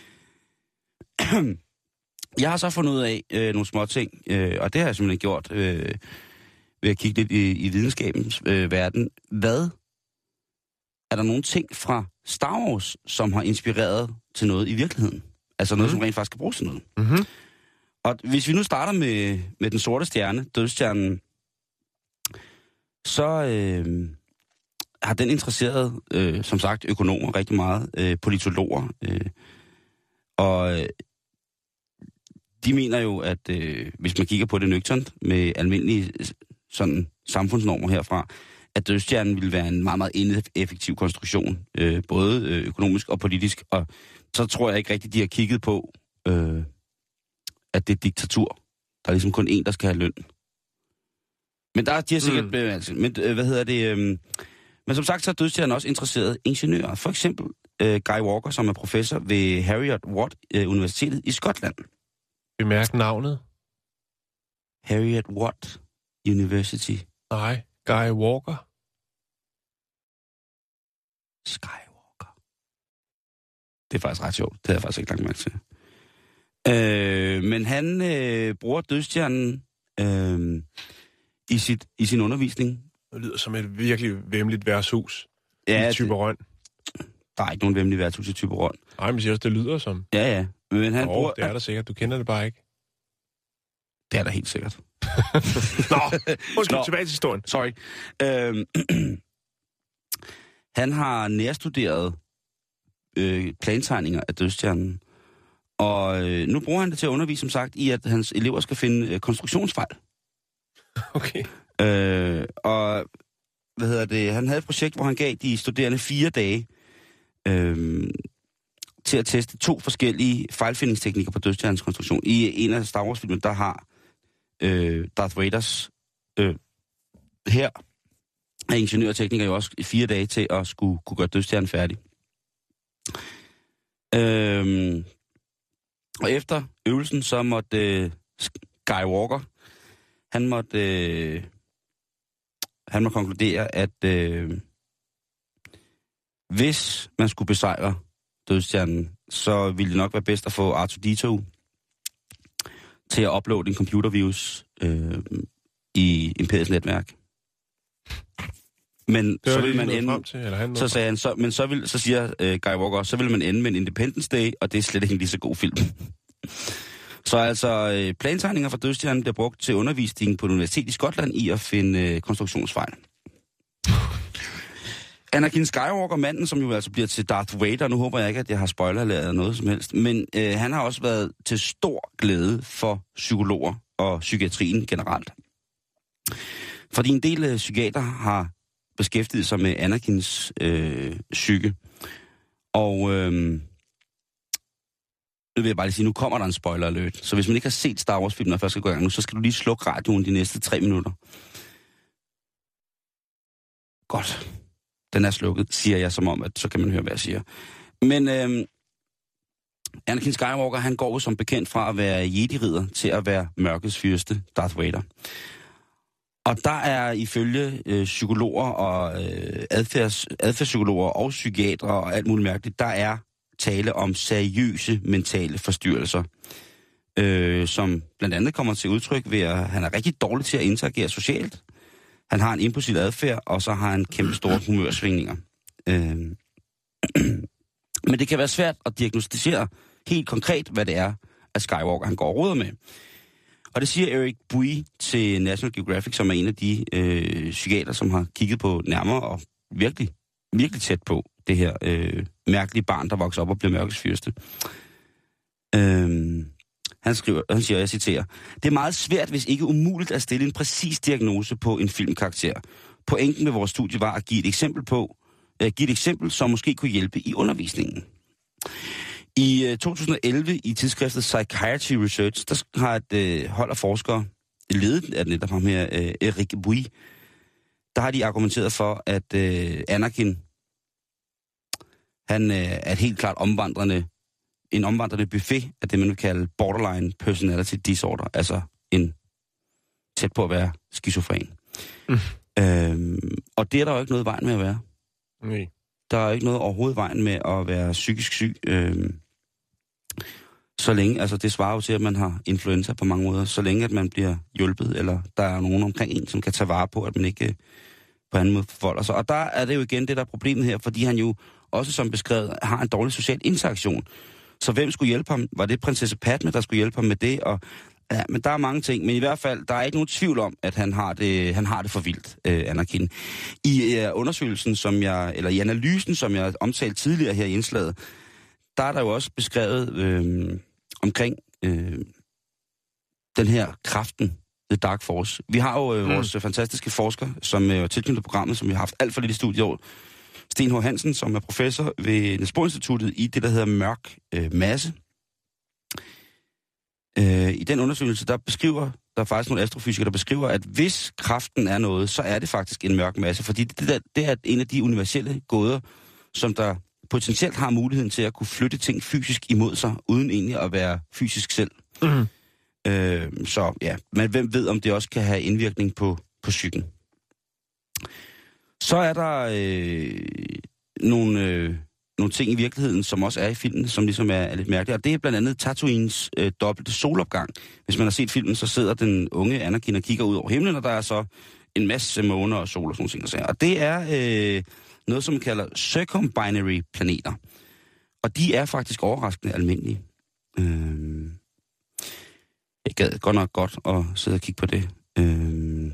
Jeg har så fundet ud af øh, nogle små ting, øh, og det har jeg simpelthen gjort øh, ved at kigge lidt i, i videnskabens øh, verden. Hvad er der nogle ting fra Star Wars, som har inspireret til noget i virkeligheden? Altså noget, mm. som rent faktisk skal bruges til noget. Mm-hmm. Og hvis vi nu starter med, med den sorte stjerne, dødstjernen, så øh, har den interesseret, øh, som sagt, økonomer rigtig meget, øh, politologer, øh, og øh, de mener jo, at øh, hvis man kigger på det nøgternt med almindelige sådan, samfundsnormer herfra, at dødstjernen ville være en meget, meget ineffektiv konstruktion, øh, både økonomisk og politisk. Og så tror jeg ikke rigtigt, de har kigget på, øh, at det er diktatur. Der er ligesom kun en, der skal have løn. Men der er de har sikkert... Mm. Altså, men øh, hvad hedder det... Øh, men som sagt, så er dødstjernen også interesseret ingeniører. For eksempel øh, Guy Walker, som er professor ved Heriot-Watt øh, Universitetet i Skotland. Bemærk navnet. Heriot-Watt University. Nej, Guy Walker. Skywalker. Det er faktisk ret sjovt. Det har jeg faktisk ikke lagt mærke til. Øh, men han øh, bruger dødstjernen øh, i, sit, i sin undervisning. Det lyder som et virkelig væmmeligt værtshus ja, i Thyborøn. Der er ikke nogen væmmeligt værtshus i Thyborøn. Nej, men siger også, det lyder som. Ja, ja. Men han oh, bruger... det er der sikkert. Du kender det bare ikke. Det er der helt sikkert. Nå, undskyld, tilbage til historien. Sorry. Øhm, han har nærstuderet øh, plantegninger af dødstjernen, og øh, nu bruger han det til at undervise, som sagt, i at hans elever skal finde øh, konstruktionsfejl. Okay. Øh, og hvad hedder det? Han havde et projekt, hvor han gav de studerende fire dage øh, til at teste to forskellige fejlfindingsteknikker på dødstjernens konstruktion. I en af Star Wars-filmen, der har øh, Darth Vaders øh, her er ingeniører og teknikere jo også i fire dage til at skulle kunne gøre dødstjernen færdig. Øh, og efter øvelsen, så måtte øh, Guy Walker, han måtte, øh, han måtte konkludere, at øh, hvis man skulle besejre dødstjernen, så ville det nok være bedst at få R to D to til at uploade en computervirus øh, i Imperiets netværk. Men så vil man ende, til, eller så sagde han, så, men så, vil, så siger øh, Guy Walker, så vil man ende med en Independence Day, og det er slet ikke en lige så god film. Så altså, øh, plantegninger for dødstjernen bliver brugt til undervisning på et universitet i Skotland i at finde øh, konstruktionsfejl. Anakin Skywalker, manden, som jo altså bliver til Darth Vader, nu håber jeg ikke, at jeg har spoilerlæret noget som helst, men øh, han har også været til stor glæde for psykologer og psykiatrien generelt. Fordi en del øh, psykiater har beskæftiget sig med Anakins øh, psyke. Og øh, nu vil jeg bare lige sige, nu kommer der en spoiler alert. Så hvis man ikke har set Star Wars-filmen, når først skal gå i gang nu, så skal du lige slukke radioen de næste tre minutter. Godt. Den er slukket, siger jeg som om, at så kan man høre, hvad jeg siger. Men øh, Anakin Skywalker, han går jo som bekendt fra at være Jedi-ridder til at være mørkets fyrste, Darth Vader. Og der er ifølge øh, psykologer og øh, adfærds, adfærdspsykologer og psykiatere og alt muligt mærkeligt, der er tale om seriøse mentale forstyrrelser, øh, som blandt andet kommer til udtryk ved, at han er rigtig dårlig til at interagere socialt. Han har en impulsiv adfærd, og så har han kæmpe store humørsvingninger. Øh. Men det kan være svært at diagnostisere helt konkret, hvad det er, at Skywalker han går og roder med. Og det siger Eric Bui til National Geographic, som er en af de øh, psykiater, som har kigget på nærmere og virkelig, virkelig tæt på det her øh, mærkelige barn, der vokser op og bliver mørkets fyrste. Øh, han skriver, han siger, jeg citerer, det er meget svært, hvis ikke umuligt, at stille en præcis diagnose på en filmkarakter. Pointen med vores studie var at give et eksempel på, øh, give et eksempel, som måske kunne hjælpe i undervisningen. I uh, to tusind og elleve i tidsskriftet Psychiatry Research, der har et uh, hold af forskere, ledet af netop ham her, uh, Eric Bui, der har de argumenteret for, at uh, Anakin, han uh, er et helt klart omvandrende, en omvandrende buffet af det, man vil kalde borderline personality disorder, altså en tæt på at være skizofren. Mm. Øhm, og det er der jo ikke noget i vejen med at være. Nej. Der er ikke noget overhovedet i vejen med at være psykisk syg. Øhm, så længe, altså det svarer jo til, at man har influenza på mange måder, så længe at man bliver hjulpet, eller der er nogen omkring en, som kan tage vare på, at man ikke på anden måde forvolder sig. Og der er det jo igen det, der er problemet her, fordi han jo også som beskrevet har en dårlig social interaktion. Så hvem skulle hjælpe ham? Var det prinsesse Padme, der skulle hjælpe ham med det? Og, ja, men der er mange ting. Men i hvert fald, der er ikke nogen tvivl om, at han har det, han har det for vildt, øh, Anakin. I øh, undersøgelsen, som jeg, eller i analysen, som jeg omtalte tidligere her i indslaget, der er der jo også beskrevet øh, omkring øh, den her kraften, The Dark Force. Vi har jo øh, vores mm. fantastiske forsker, som er tilknyttet programmet, som vi har haft alt for lidt i studiet i år, Sten H. Hansen, som er professor ved Niels Bohr Instituttet i det, der hedder mørk øh, masse. Øh, I den undersøgelse, der beskriver, der er faktisk nogle astrofysikere, der beskriver, at hvis kraften er noget, så er det faktisk en mørk masse, fordi det, der, det er en af de universelle gåder, som der potentielt har muligheden til at kunne flytte ting fysisk imod sig, uden egentlig at være fysisk selv. Mm. Øh, så ja, men hvem ved, om det også kan have indvirkning på, på psyken. Så er der øh, nogle, øh, nogle ting i virkeligheden, som også er i filmen, som ligesom er, er lidt mærkelige. Og det er blandt andet Tatooines øh, dobbelte solopgang. Hvis man har set filmen, så sidder den unge Anakin og kigger ud over himlen, og der er så en masse måner og sol og sådan nogle ting. Og det er øh, noget, som man kalder circumbinary planeter. Og de er faktisk overraskende almindelige. Øh, jeg gad godt nok godt at sidde og kigge på det. Øh,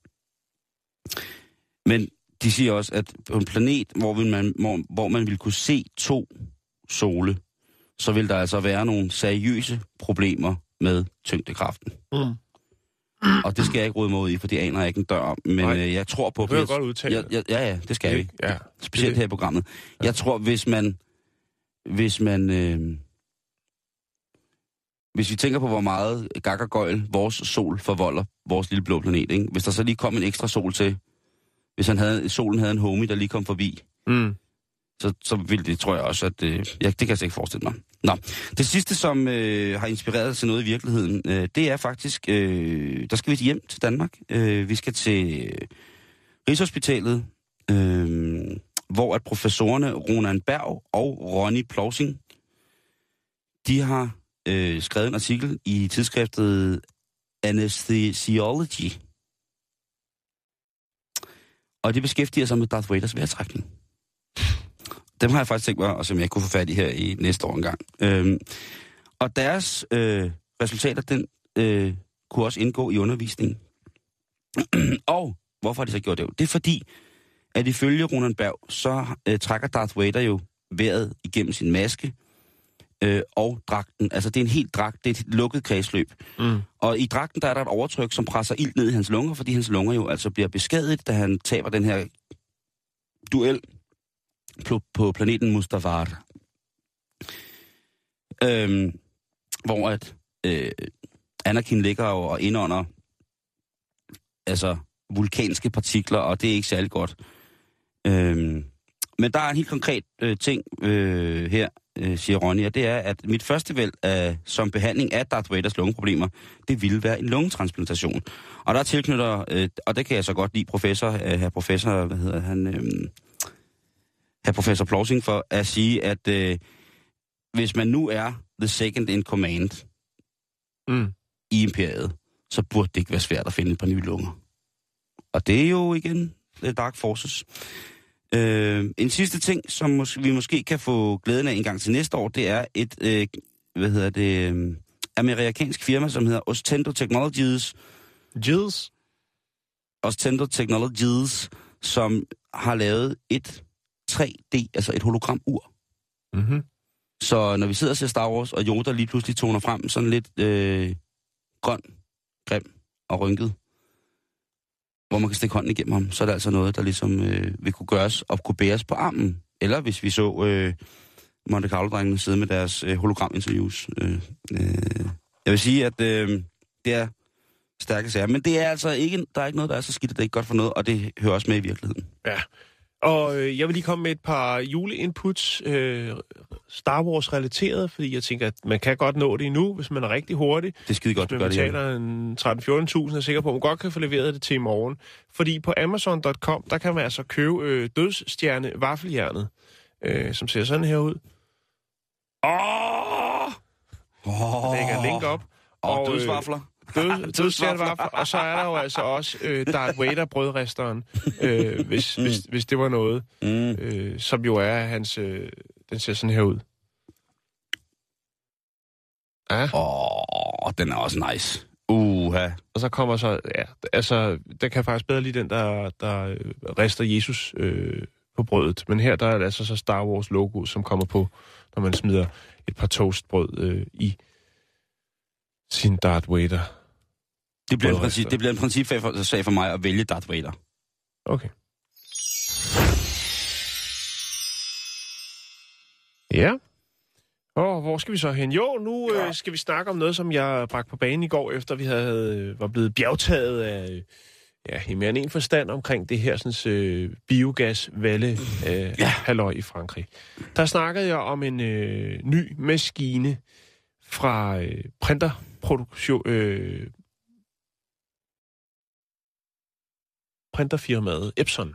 men de siger også, at på en planet, hvor, vil man, hvor, hvor man vil kunne se to sole, så vil der altså være nogle seriøse problemer med tyngdekraften. Mm. Og det skal jeg ikke råde mod i, for det aner jeg ikke en dør om. Men øh, jeg tror på... Du vil godt udtale jeg, jeg, Ja, ja, det skal vi. Ja, Specielt her i programmet. Ja. Jeg tror, hvis man... Hvis man... Øh, hvis vi tænker på, hvor meget gakkergøjl vores sol forvolder vores lille blå planet, ikke? Hvis der så lige kom en ekstra sol til, hvis han havde, solen havde en homie, der lige kom forbi, mm. så, så ville det, tror jeg også, at... Øh, ja, det kan jeg slet ikke forestille mig. Nå, det sidste, som øh, har inspireret til noget i virkeligheden, øh, det er faktisk... Øh, der skal vi hjem til Danmark. Øh, vi skal til øh, Rigshospitalet, øh, hvor at professorerne Ronan Berg og Ronny Plovsing, de har øh, skrevet en artikel i tidsskriftet Anesthesiology. Og de beskæftiger sig med Darth Vaders vejrtrækning. Dem har jeg faktisk tænkt mig, og som jeg kunne få fat i her i næste år engang. Øhm, og deres øh, resultater, den øh, kunne også indgå i undervisningen. Og hvorfor har de så gjort det? Det er fordi, at ifølge Ronan Berg, så øh, trækker Darth Vader jo vejret igennem sin maske øh, og dragten. Altså det er en helt dragt, det er et lukket kredsløb. Mm. Og i dragten, der er der et overtryk, som presser ild ned i hans lunger, fordi hans lunger jo altså bliver beskadiget, da han taber den her duel på, på planeten Mustafar. Øhm, hvor at øh, Anakin ligger jo og indånder altså vulkanske partikler, og det er ikke særlig godt. Øhm, men der er en helt konkret øh, ting øh, her, øh, siger Ronny, og det er, at mit første valg af, som behandling af Darth Vaders lungeproblemer, det ville være en lungetransplantation. Og der tilknytter, øh, og det kan jeg så godt lide, professor, øh, her professor, hvad hedder han, øh, her professor Plovsing, for at sige, at øh, hvis man nu er the second in command mm. i imperiet, så burde det ikke være svært at finde et par nye lunger. Og det er jo igen The Dark Forces. Øh, en sidste ting, som mås- vi måske kan få glæden af en gang til næste år, det er et, øh, hvad hedder det, øh, amerikansk firma, som hedder Ostendo Technologies. Jeez. Ostendo Technologies, som har lavet et tre D, altså et hologram-ur. Mm-hmm. Så når vi sidder og ser Star Wars, og Yoda lige pludselig toner frem, sådan lidt øh, grøn, grim og rynket, hvor man kan stikke hånden igennem ham, så er det altså noget, der ligesom øh, vil kunne gøres og kunne bæres på armen. Eller hvis vi så øh, Monte Carlo-drengene sidde med deres øh, hologram-interviews. Øh, øh. Jeg vil sige, at øh, det er stærke sager, men det er altså ikke, der er ikke noget, der er så skidt, at det er ikke godt for noget, og det hører også med i virkeligheden. Ja, Og øh, jeg vil lige komme med et par juleinputs, øh, Star Wars-relateret, fordi jeg tænker, at man kan godt nå det endnu, hvis man er rigtig hurtig. Det er skide godt, hvis du gør det. Hvis man betaler en tretten til fjorten tusind, er sikker på, at man godt kan få leveret det til i morgen. Fordi på amazon punktum com, der kan man altså købe øh, dødsstjerne vaffeljernet, øh, som ser sådan her ud. Åh! Oh! Der lægger link op. Og, og øh, dødsvafler. Død, dødsstjernevafler, og så er der jo altså også øh, Darth Vader brødresteren, øh, hvis, mm. hvis, hvis det var noget, mm. øh, som jo er hans, øh, den ser sådan her ud. Ja. Åh, oh, den er også nice. Uha. Og så kommer så, ja, altså, der kan faktisk bedre lide den, der, der rester Jesus øh, på brødet. Men her, der er altså så Star Wars logo, som kommer på, når man smider et par toastbrød øh, i sin Darth Vader. Det bliver, en princip, det bliver en principsag for, sag for mig at vælge Darth Vader. Okay. Ja. Og hvor skal vi så hen? Jo, nu øh, skal vi snakke om noget, som jeg bragte på banen i går, efter vi havde øh, var blevet bjergtaget af ja, i mere end en forstand omkring det her sådan, øh, biogas-valle øh, ja. halløj i Frankrig. Der snakkede jeg om en øh, ny maskine fra øh, printerproduktion... Øh, printerfirmaet Epson.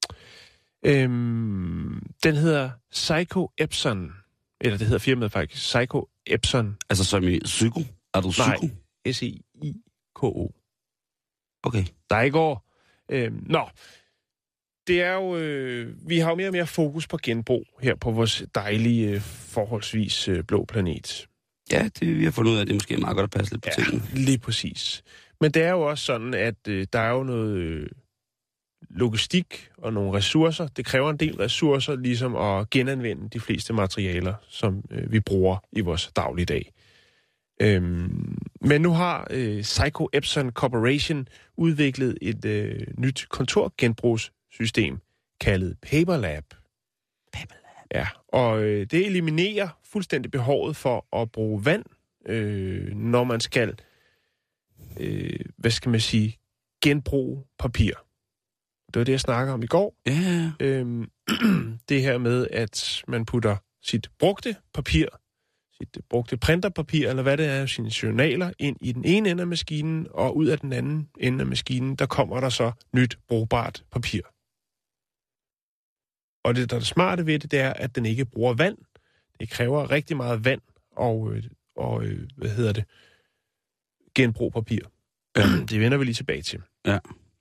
Øhm, den hedder Seiko Epson. Eller det hedder firmaet faktisk. Seiko Epson. Altså som i Psyko? Er du Psyko? Nej, S E I K O. Okay. Der er ikke går. Øhm, nå. Det er jo... Øh, vi har jo mere og mere fokus på genbrug her på vores dejlige, øh, forholdsvis øh, blå planet. Ja, det, vi har fundet ud af, at det måske er meget godt at passe lidt på ja, tingene. Lige præcis. Men det er jo også sådan, at øh, der er jo noget... Øh, logistik og nogle ressourcer. Det kræver en del ressourcer, ligesom at genanvende de fleste materialer, som øh, vi bruger i vores dagligdag. Øhm, men nu har øh, Seiko Epson Corporation udviklet et øh, nyt kontorgenbrugssystem, kaldet Paperlab. Paperlab. Ja, og øh, det eliminerer fuldstændig behovet for at bruge vand, øh, når man skal, øh, hvad skal man sige, genbruge papir. Det var det, jeg snakkede om i går. Yeah. Øhm, det her med, at man putter sit brugte papir, sit brugte printerpapir, eller hvad det er, sine journaler, ind i den ene ende af maskinen, og ud af den anden ende af maskinen, der kommer der så nyt brugbart papir. Og det, der er det smarte ved det, det er, at den ikke bruger vand. Det kræver rigtig meget vand og, og hvad hedder det, genbrug papir. Ja. Det vender vi lige tilbage til. Ja.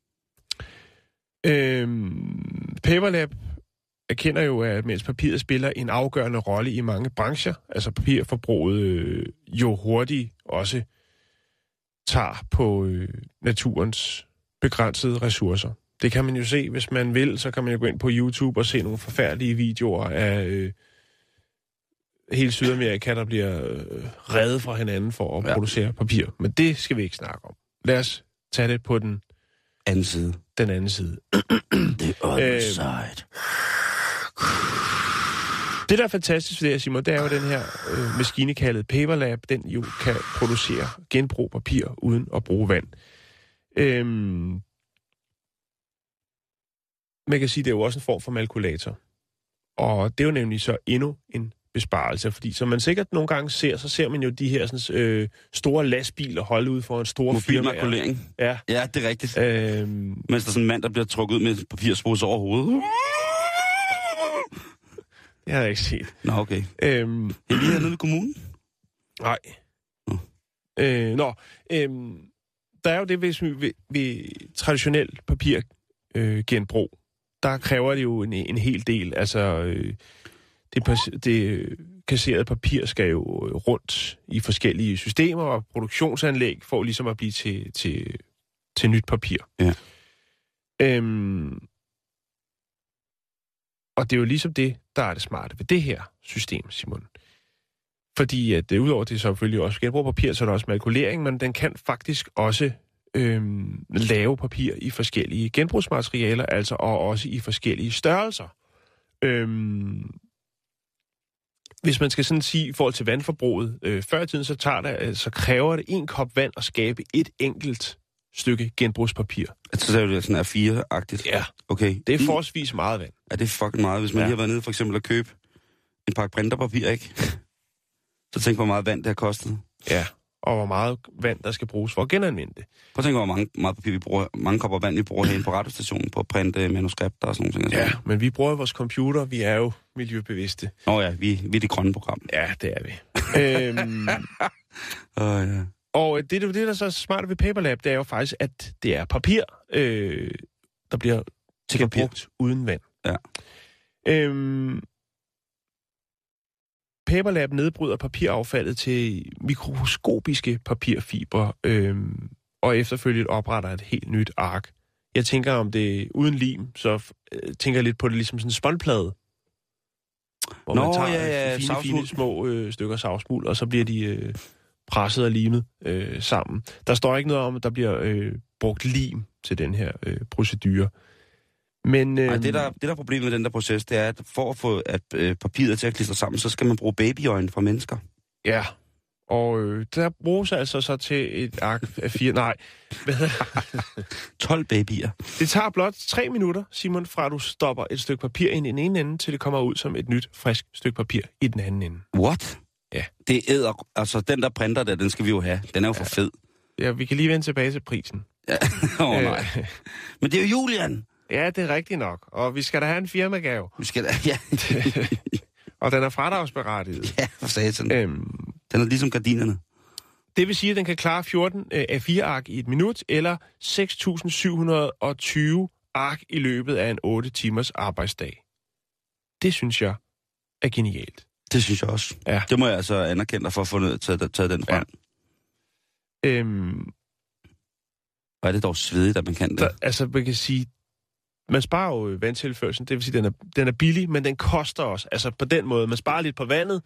Øhm, Paperlab erkender jo, at mens papiret spiller en afgørende rolle i mange brancher, altså papirforbruget øh, jo hurtigt også tager på øh, naturens begrænsede ressourcer. Det kan man jo se, hvis man vil, så kan man jo gå ind på YouTube og se nogle forfærdelige videoer af øh, hele Sydamerika, der bliver øh, revet fra hinanden for at ja. producere papir. Men det skal vi ikke snakke om. Lad os tage det på den anden side. Den anden side. The other øh, side. Det, der er fantastisk ved det, Simon, det er jo den her øh, maskine kaldet Paperlab, den jo kan producere genbrug papir uden at bruge vand. Øhm, man kan sige, det er jo også en form for kalkulator. Og det er jo nemlig så endnu en besparelse, fordi som man sikkert nogle gange ser, så ser man jo de her sådan, øh, store lastbiler holde ud for en stor firma. Mobilmakulering. Ja. Ja, det er rigtigt. Øhm, Mens der er sådan en mand, der bliver trukket ud med en papirspose over hovedet. Det har jeg ikke set. Nå, okay. Øhm, er vi hernede i kommunen? Nej. Nå. Øh, nå, øhm, der er jo det, hvis vi ved, ved traditionelt papirgenbrug, øh, der kræver det jo en, en hel del. Altså, øh, det, det kasserede papir skal jo rundt i forskellige systemer og produktionsanlæg for ligesom at blive til, til, til nyt papir. Ja. Øhm, og det er jo ligesom det, der er det smarte ved det her system, Simon. Fordi at udover det selvfølgelig også genbrug papir, så er der også makulering, men den kan faktisk også øhm, lave papir i forskellige genbrugsmaterialer, altså og også i forskellige størrelser. Øhm, hvis man skal sådan sige i forhold til vandforbruget, øh, før i tiden, så, tager det, så kræver det en kop vand at skabe et enkelt stykke genbrugspapir. Så er det sådan er fire-agtigt? Ja. Okay. Det er forholdsvis meget vand. Ja, det er fucking meget. Hvis man ja. lige har været nede for eksempel at købe en pakke printerpapir, ikke? Så tænk, hvor meget vand det har kostet. Ja, og hvor meget vand, der skal bruges for at genanvende det. Prøv at tænke, hvor mange, meget papir vi bruger, mange kopper vand, vi bruger herinde på radiostationen på at printe manuskripter og sådan noget. Ja, men vi bruger vores computer, vi er jo miljøbevidste. Nå ja, vi, vi er det grønne program. Ja, det er vi. øhm, oh, ja. Og det, det, der så er smart ved Paperlab, det er jo faktisk, at det er papir, øh, der bliver til brugt uden vand. Ja. Øhm, Paperlab nedbryder papiraffaldet til mikroskopiske papirfibre, øhm, og efterfølgende opretter et helt nyt ark. Jeg tænker om det uden lim, så øh, tænker jeg lidt på det ligesom sådan en spåndplade. Hvor Nå, man tager ja, ja, fine, fine små øh, stykker savsmuld, og så bliver de øh, presset og limet øh, sammen. Der står ikke noget om, at der bliver øh, brugt lim til den her øh, procedure. Men, øh, Ej, det, der, det der er problemet med den der proces, det er, at for at få at, øh, papiret til at klistre sammen, så skal man bruge babyøjne fra mennesker. Ja, og øh, der bruges altså så til et ark af fire... Nej, hvad tolv babyer. Det tager blot tre minutter, Simon, fra du stopper et stykke papir ind i den ene ende, til det kommer ud som et nyt, frisk stykke papir i den anden ende. What? Ja. Det æder... Altså, den der printer der, den skal vi jo have. Den er jo ja. for fed. Ja, vi kan lige vende tilbage til prisen. Ja, åh oh, nej. Men det er jo Julian. Ja, det er rigtigt nok. Og vi skal da have en firmagave. Vi skal da, ja. Og den er fradragsberettiget. Ja, for satan. Øhm, den er ligesom gardinerne. Det vil sige, at den kan klare fjorten A fire ark i et minut, eller seks tusind syv hundrede og tyve ark i løbet af en otte timers arbejdsdag. Det synes jeg er genialt. Det synes jeg også. Ja. Det må jeg altså anerkende dig for at få noget, taget, taget den frem. Ja. Øhm, Hvor er det dog svedigt, at man kan det? Der, altså, man kan sige, man sparer jo vandtilførselen, det vil sige, den er, den er billig, men den koster også. Altså på den måde, man sparer lidt på vandet,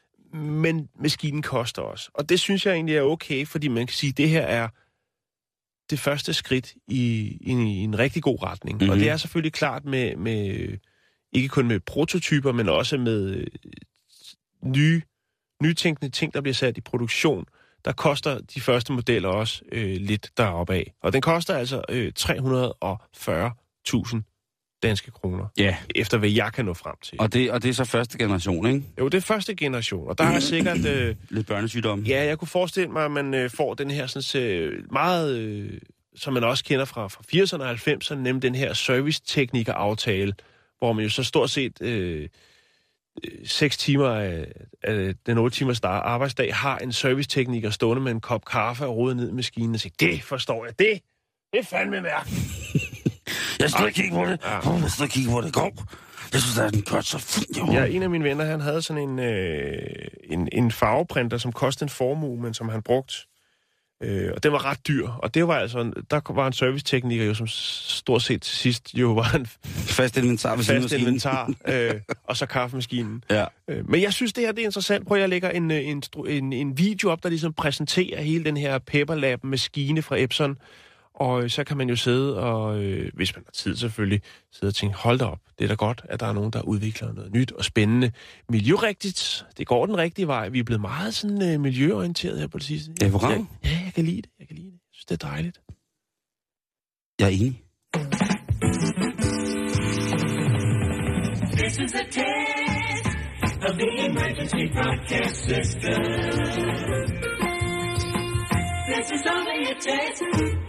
men maskinen koster også. Og det synes jeg egentlig er okay, fordi man kan sige, at det her er det første skridt i, i, i en rigtig god retning. Mm-hmm. Og det er selvfølgelig klart med, med, ikke kun med prototyper, men også med nye, nytænkende ting, der bliver sat i produktion. Der koster de første modeller også øh, lidt deroppe af. Og den koster altså øh, tre hundrede og fyrre tusind danske kroner. Ja. Yeah. Efter hvad jeg kan nå frem til. Og det, og det er så første generation, ikke? Jo, det er første generation. Og der er sikkert... Øh, lidt børnesygdom. Ja, jeg kunne forestille mig, at man øh, får den her sådan, øh, meget... Øh, som man også kender fra, fra firserne og halvfemserne, nemlig den her servicetekniker-aftale, hvor man jo så stort set... Øh, seks timer af, af den otte timers arbejdsdag har en servicetekniker stående med en kop kaffe og rode ned i maskinen og siger, det forstår jeg, det, det er fandme mærkeligt. Jeg skal ikke kigge på det. Ja. Jeg skal ikke kigge på det. Gå. Jeg synes, at den kørt så fint. Jo. Ja, en af mine venner, han havde sådan en, øh, en, en farveprinter, som kostede en formue, men som han brugte. Øh, og den var ret dyr. Og det var altså, der var en servicetekniker jo, som stort set til sidst jo var en fast inventar, fast inventar øh, og så kaffemaskinen. Ja. Øh, men jeg synes, det her det er interessant. Prøv at jeg lægger en, en, en, en video op, der ligesom præsenterer hele den her Paperlab-maskine fra Epson. Og så kan man jo sidde og, øh, hvis man har tid selvfølgelig, sidde og tænke, hold da op, det er da godt, at der er nogen, der udvikler noget nyt og spændende. Miljørigtigt, det går den rigtige vej. Vi er blevet meget sådan øh, miljøorienteret her på det sidste. Ja, hvor jeg, ja, jeg kan lide det, jeg kan lide det. Jeg synes, det er dejligt. Jeg er enig. This is a test of the emergency broadcast system. This is only a test.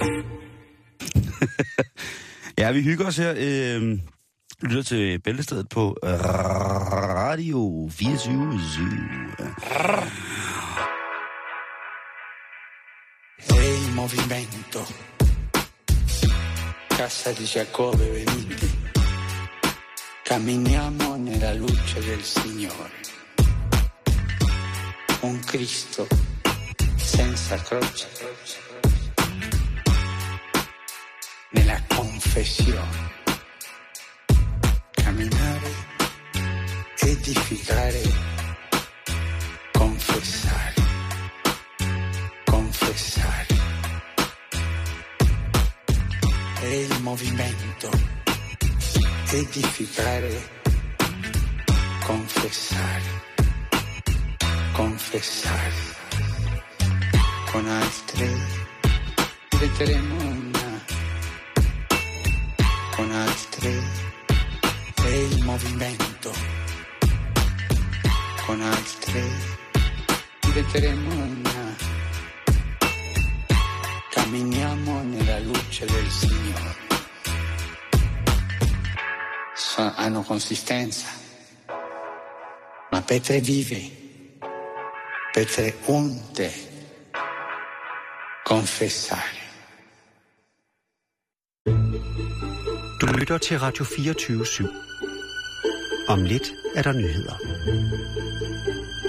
Ja, vi hygger os her. Øh, lytter til Bæltestedet på Radio fireogtyve syv. El movimento. Casa di Giacobbe venite. Camminiamo nella luce del Signore. Un Cristo senza croce. Nella confessione. Camminare, edificare, confessare. Confessare. È il movimento. Edificare, confessare. Confessare. Con altre diventeremo una con altre e il movimento con altre diventeremo una, camminiamo nella luce del Signore. So, hanno consistenza, ma Petre vive, Petre onde confessare. Du lytter til Radio fireogtyve syv. Om lidt er der nyheder.